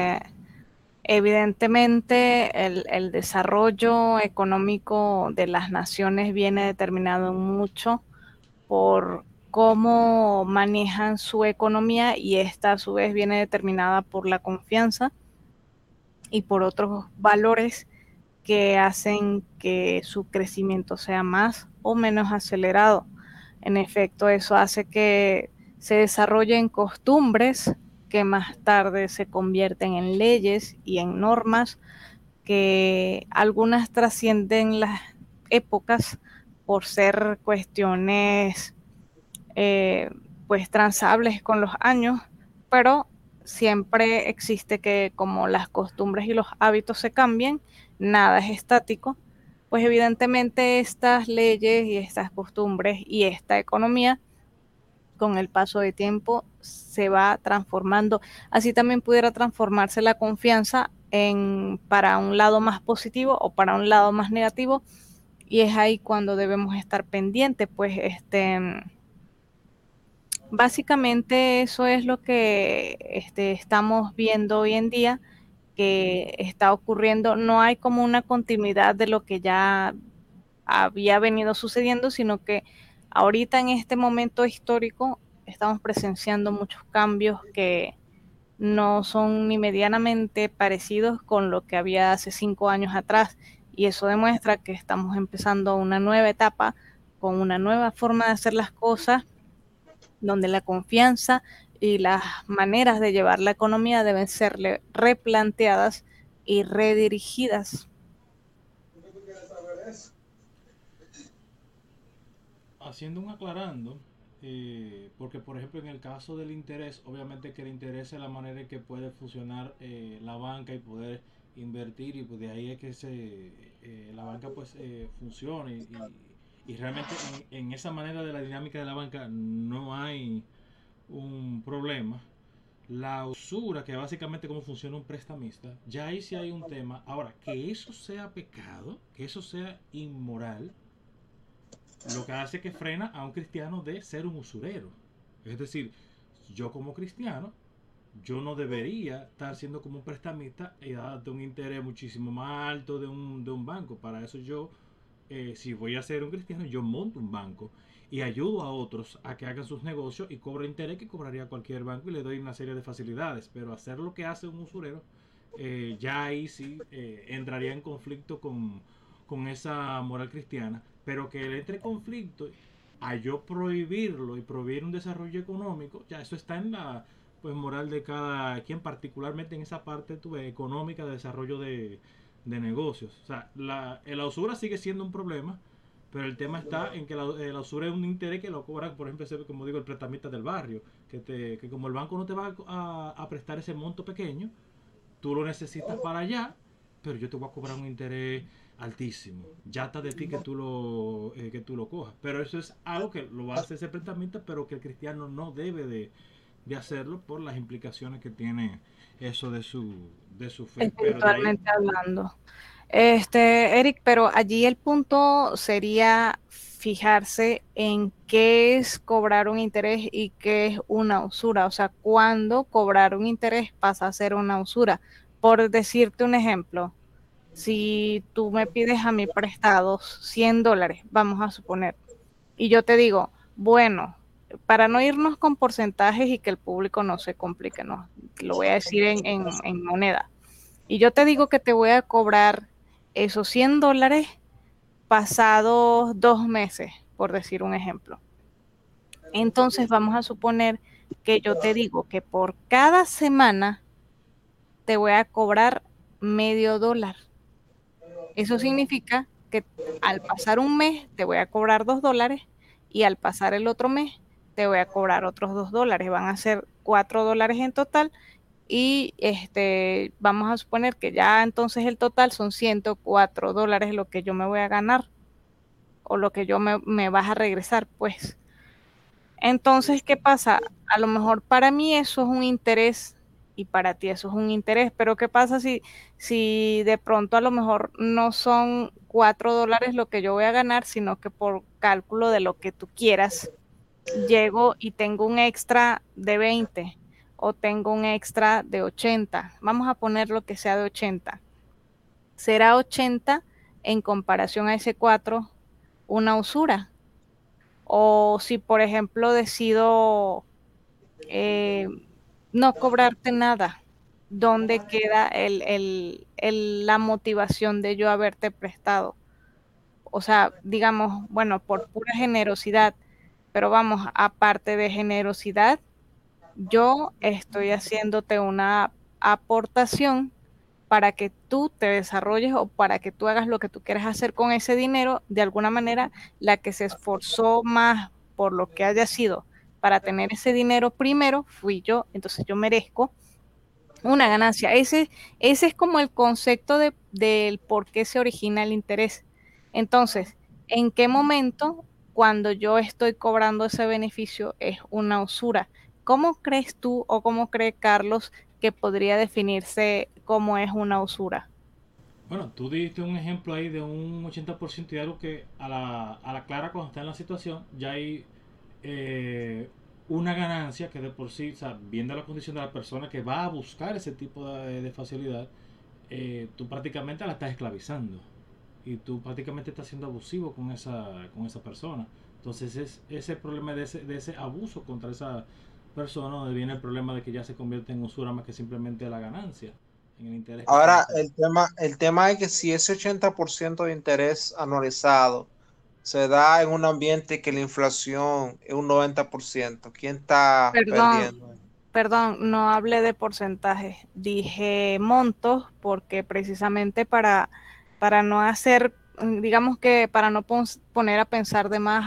evidentemente el desarrollo económico de las naciones viene determinado mucho por cómo manejan su economía y esta a su vez viene determinada por la confianza y por otros valores que hacen que su crecimiento sea más o menos acelerado. En efecto, eso hace que se desarrollen costumbres que más tarde se convierten en leyes y en normas, que algunas trascienden las épocas por ser cuestiones pues transables con los años, pero siempre existe que como las costumbres y los hábitos se cambian, nada es estático, pues evidentemente estas leyes y estas costumbres y esta economía con el paso de tiempo se va transformando. Así también pudiera transformarse la confianza para un lado más positivo o para un lado más negativo, y es ahí cuando debemos estar pendientes, pues básicamente eso es lo que estamos viendo hoy en día que está ocurriendo. No hay como una continuidad de lo que ya había venido sucediendo, sino que ahorita en este momento histórico estamos presenciando muchos cambios que no son ni medianamente parecidos con lo que había hace 5 años atrás, y eso demuestra que estamos empezando una nueva etapa con una nueva forma de hacer las cosas, donde la confianza y las maneras de llevar la economía deben ser replanteadas y redirigidas. Haciendo un aclarando, porque por ejemplo en el caso del interés, obviamente que el interés es la manera en que puede funcionar la banca y poder invertir, y pues de ahí es que la banca pues funcione, y realmente en esa manera de la dinámica de la banca no hay un problema. La usura, que básicamente cómo funciona un prestamista, ya ahí sí hay un tema. Ahora, que eso sea pecado, que eso sea inmoral, lo que hace que frena a un cristiano de ser un usurero. Es decir, yo como cristiano, yo no debería estar siendo como un prestamista y darte un interés muchísimo más alto de un banco. Para eso yo, si voy a ser un cristiano, yo monto un banco y ayudo a otros a que hagan sus negocios y cobro interés que cobraría cualquier banco, y le doy una serie de facilidades. Pero hacer lo que hace un usurero, ya ahí sí entraría en conflicto con esa moral cristiana. Pero que él entre en conflicto a yo prohibirlo y prohibir un desarrollo económico, ya eso está en la pues moral de cada quien, particularmente en esa parte económica de desarrollo de negocios. O sea, la usura sigue siendo un problema, pero el tema está en que la usura es un interés que lo cobran, por ejemplo, como digo, el prestamista del barrio, que como el banco no te va a prestar ese monto pequeño, tú lo necesitas para allá, pero yo te voy a cobrar un interés altísimo. Ya está de ti que tú lo cojas. Pero eso es algo que lo va a hacer ese prestamista, pero que el cristiano no debe de hacerlo por las implicaciones que tiene eso de su fe. Pero de ahí, Espiritualmente hablando. Eric, pero allí el punto sería fijarse en qué es cobrar un interés y qué es una usura. O sea, cuándo cobrar un interés pasa a ser una usura. Por decirte un ejemplo, si tú me pides a mí prestados $100, vamos a suponer, y yo te digo, bueno, para no irnos con porcentajes y que el público no se complique, no, lo voy a decir en moneda. Y yo te digo que te voy a cobrar esos $100 pasados 2 meses, por decir un ejemplo. Entonces vamos a suponer que yo te digo que por cada semana te voy a cobrar $0.50. Eso significa que al pasar un mes te voy a cobrar $2, y al pasar el otro mes te voy a cobrar otros $2. Van a ser $4 en total, y vamos a suponer que ya entonces el total son $104 lo que yo me voy a ganar, o lo que yo me vas a regresar, pues. Entonces, ¿qué pasa? A lo mejor para mí eso es un interés y para ti eso es un interés, pero ¿qué pasa si de pronto a lo mejor no son $4 lo que yo voy a ganar, sino que por cálculo de lo que tú quieras, llego y tengo un extra de 20 o tengo un extra de 80? Vamos a poner lo que sea de 80. ¿Será 80 en comparación a ese 4 una usura? O si, por ejemplo, decido no cobrarte nada, ¿dónde queda la motivación de yo haberte prestado? O sea, digamos, bueno, por pura generosidad, Pero vamos, aparte de generosidad, yo estoy haciéndote una aportación para que tú te desarrolles o para que tú hagas lo que tú quieras hacer con ese dinero. De alguna manera, la que se esforzó más por lo que haya sido para tener ese dinero primero fui yo, entonces yo merezco una ganancia. Ese es como el concepto del por qué se origina el interés. Entonces, ¿en qué momento cuando yo estoy cobrando ese beneficio es una usura? ¿Cómo crees tú o cómo cree Carlos que podría definirse cómo es una usura? Bueno, tú diste un ejemplo ahí de un 80% y algo que a la clara cuando está en la situación ya hay eh, una ganancia que de por sí, o sea, viendo la condición de la persona que va a buscar ese tipo de facilidad, tú prácticamente la estás esclavizando y tú prácticamente estás siendo abusivo con esa persona. Entonces es ese problema de ese abuso contra esa persona donde viene el problema de que ya se convierte en usura más que simplemente la ganancia, en el interés que Ahora, se... el tema es que si ese 80% de interés anualizado se da en un ambiente que la inflación es un 90%, ¿quién está Perdón, perdiendo? perdón, no hablé de porcentajes, dije montos porque precisamente para no hacer, digamos que para no poner a pensar de más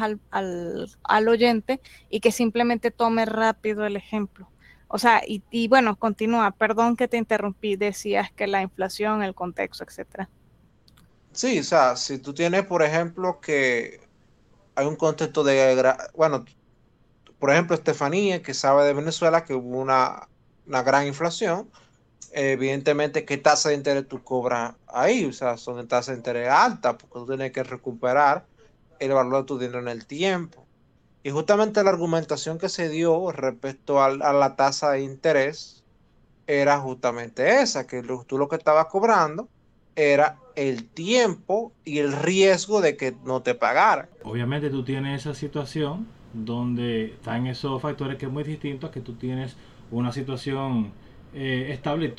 al oyente y que simplemente tome rápido el ejemplo. O sea, y bueno, continúa, perdón que te interrumpí, decías que la inflación, el contexto, etcétera. Sí, o sea, si tú tienes, por ejemplo, que hay un contexto bueno, por ejemplo, Estefanía, que sabe de Venezuela que hubo una gran inflación, evidentemente, ¿qué tasa de interés tú cobras ahí? O sea, son tasas de interés altas, porque tú tienes que recuperar el valor de tu dinero en el tiempo. Y justamente la argumentación que se dio respecto a la tasa de interés era justamente esa, que tú lo que estabas cobrando era el tiempo y el riesgo de que no te pagaran. Obviamente tú tienes esa situación donde están esos factores que es muy distinto a que tú tienes una situación estable y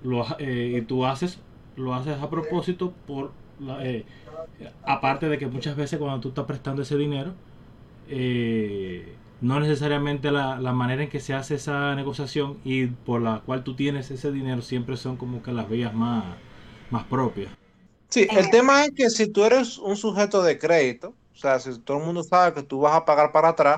y tú lo haces a propósito aparte de que muchas veces cuando tú estás prestando ese dinero, no necesariamente la manera en que se hace esa negociación y por la cual tú tienes ese dinero siempre son como que las vías más propias. Sí, el tema es que si tú eres un sujeto de crédito, o sea, si todo el mundo sabe que tú vas a pagar para atrás,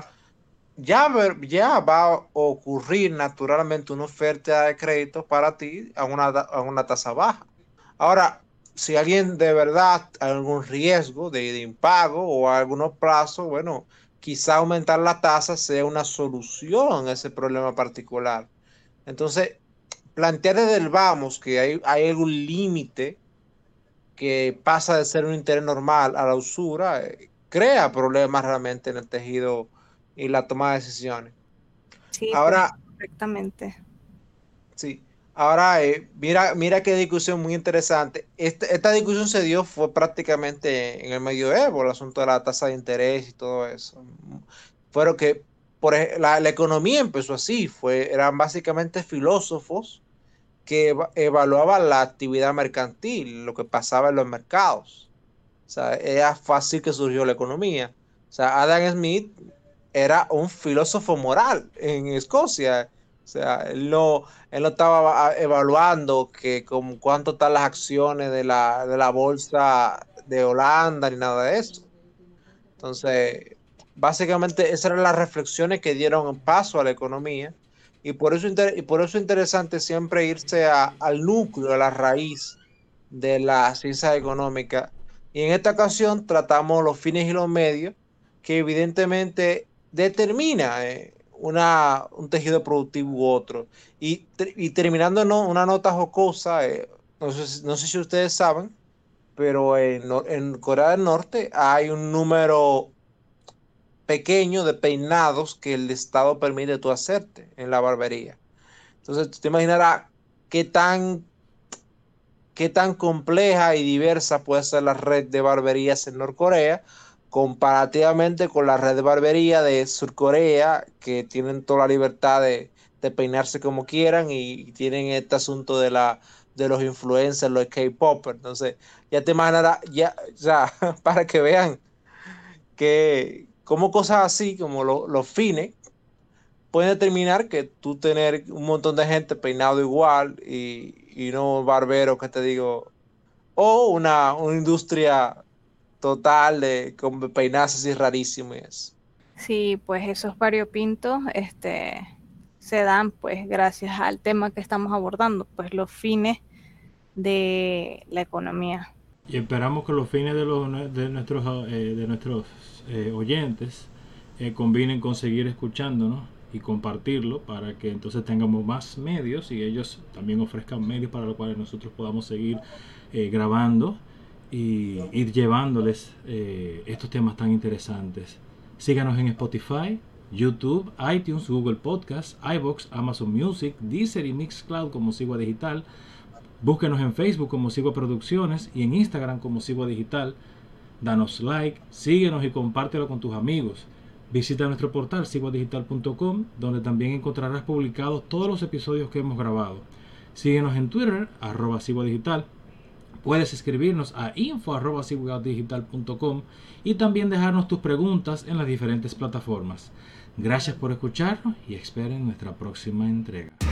ya va a ocurrir naturalmente una oferta de crédito para ti a una tasa baja. Ahora, si alguien de verdad hay algún riesgo de impago o algunos plazos, bueno, quizá aumentar la tasa sea una solución a ese problema particular. Entonces, plantear desde el vamos que hay algún límite que pasa de ser un interés normal a la usura, crea problemas realmente en el tejido y la toma de decisiones. Sí, pues Ahora, correctamente. sí, ahora mira qué discusión muy interesante. Esta discusión se dio fue prácticamente en el medioevo, el asunto de la tasa de interés y todo eso. Fueron que la economía empezó así, eran básicamente filósofos que evaluaban la actividad mercantil, lo que pasaba en los mercados. O sea, era fácil que surgió la economía. O sea, Adam Smith era un filósofo moral en Escocia. O sea, él no estaba evaluando cuánto están las acciones de la bolsa de Holanda ni nada de eso. Entonces, básicamente esas eran las reflexiones que dieron paso a la economía. Y por eso es interesante siempre irse al núcleo, a la raíz de la ciencia económica. Y en esta ocasión tratamos los fines y los medios, que evidentemente determina un tejido productivo u otro. Y terminando una nota jocosa, no sé si ustedes saben, pero en Corea del Norte hay un número pequeño de peinados que el Estado permite tú hacerte en la barbería. Entonces, tú te imaginarás qué tan qué tan compleja y diversa puede ser la red de barberías en Norcorea comparativamente con la red de barbería de Surcorea, que tienen toda la libertad de peinarse como quieran y tienen este asunto de los influencers, los K-pop. Entonces, ya te imaginarás, ya, o sea, para que vean cómo cosas así, como los fines, pueden determinar que tú tener un montón de gente peinado igual y no barbero, que te digo, o una industria total de con peinarse así rarísimo y eso. Sí, pues esos variopintos se dan pues gracias al tema que estamos abordando, pues los fines de la economía. Y esperamos que los fines de nuestros oyentes combinen con seguir escuchándonos y compartirlo para que entonces tengamos más medios y ellos también ofrezcan medios para los cuales nosotros podamos seguir grabando y ir llevándoles estos temas tan interesantes. Síganos en Spotify, YouTube, iTunes, Google Podcast, iVoox, Amazon Music, Deezer y Mixcloud como Sigua Digital. Búsquenos en Facebook como Sigua Producciones y en Instagram como Sigua Digital. Danos like, síguenos y compártelo con tus amigos. Visita nuestro portal siguadigital.com, donde también encontrarás publicados todos los episodios que hemos grabado. Síguenos en Twitter, @siguadigital. Puedes escribirnos a info@siguadigital.com y también dejarnos tus preguntas en las diferentes plataformas. Gracias por escucharnos y esperen nuestra próxima entrega.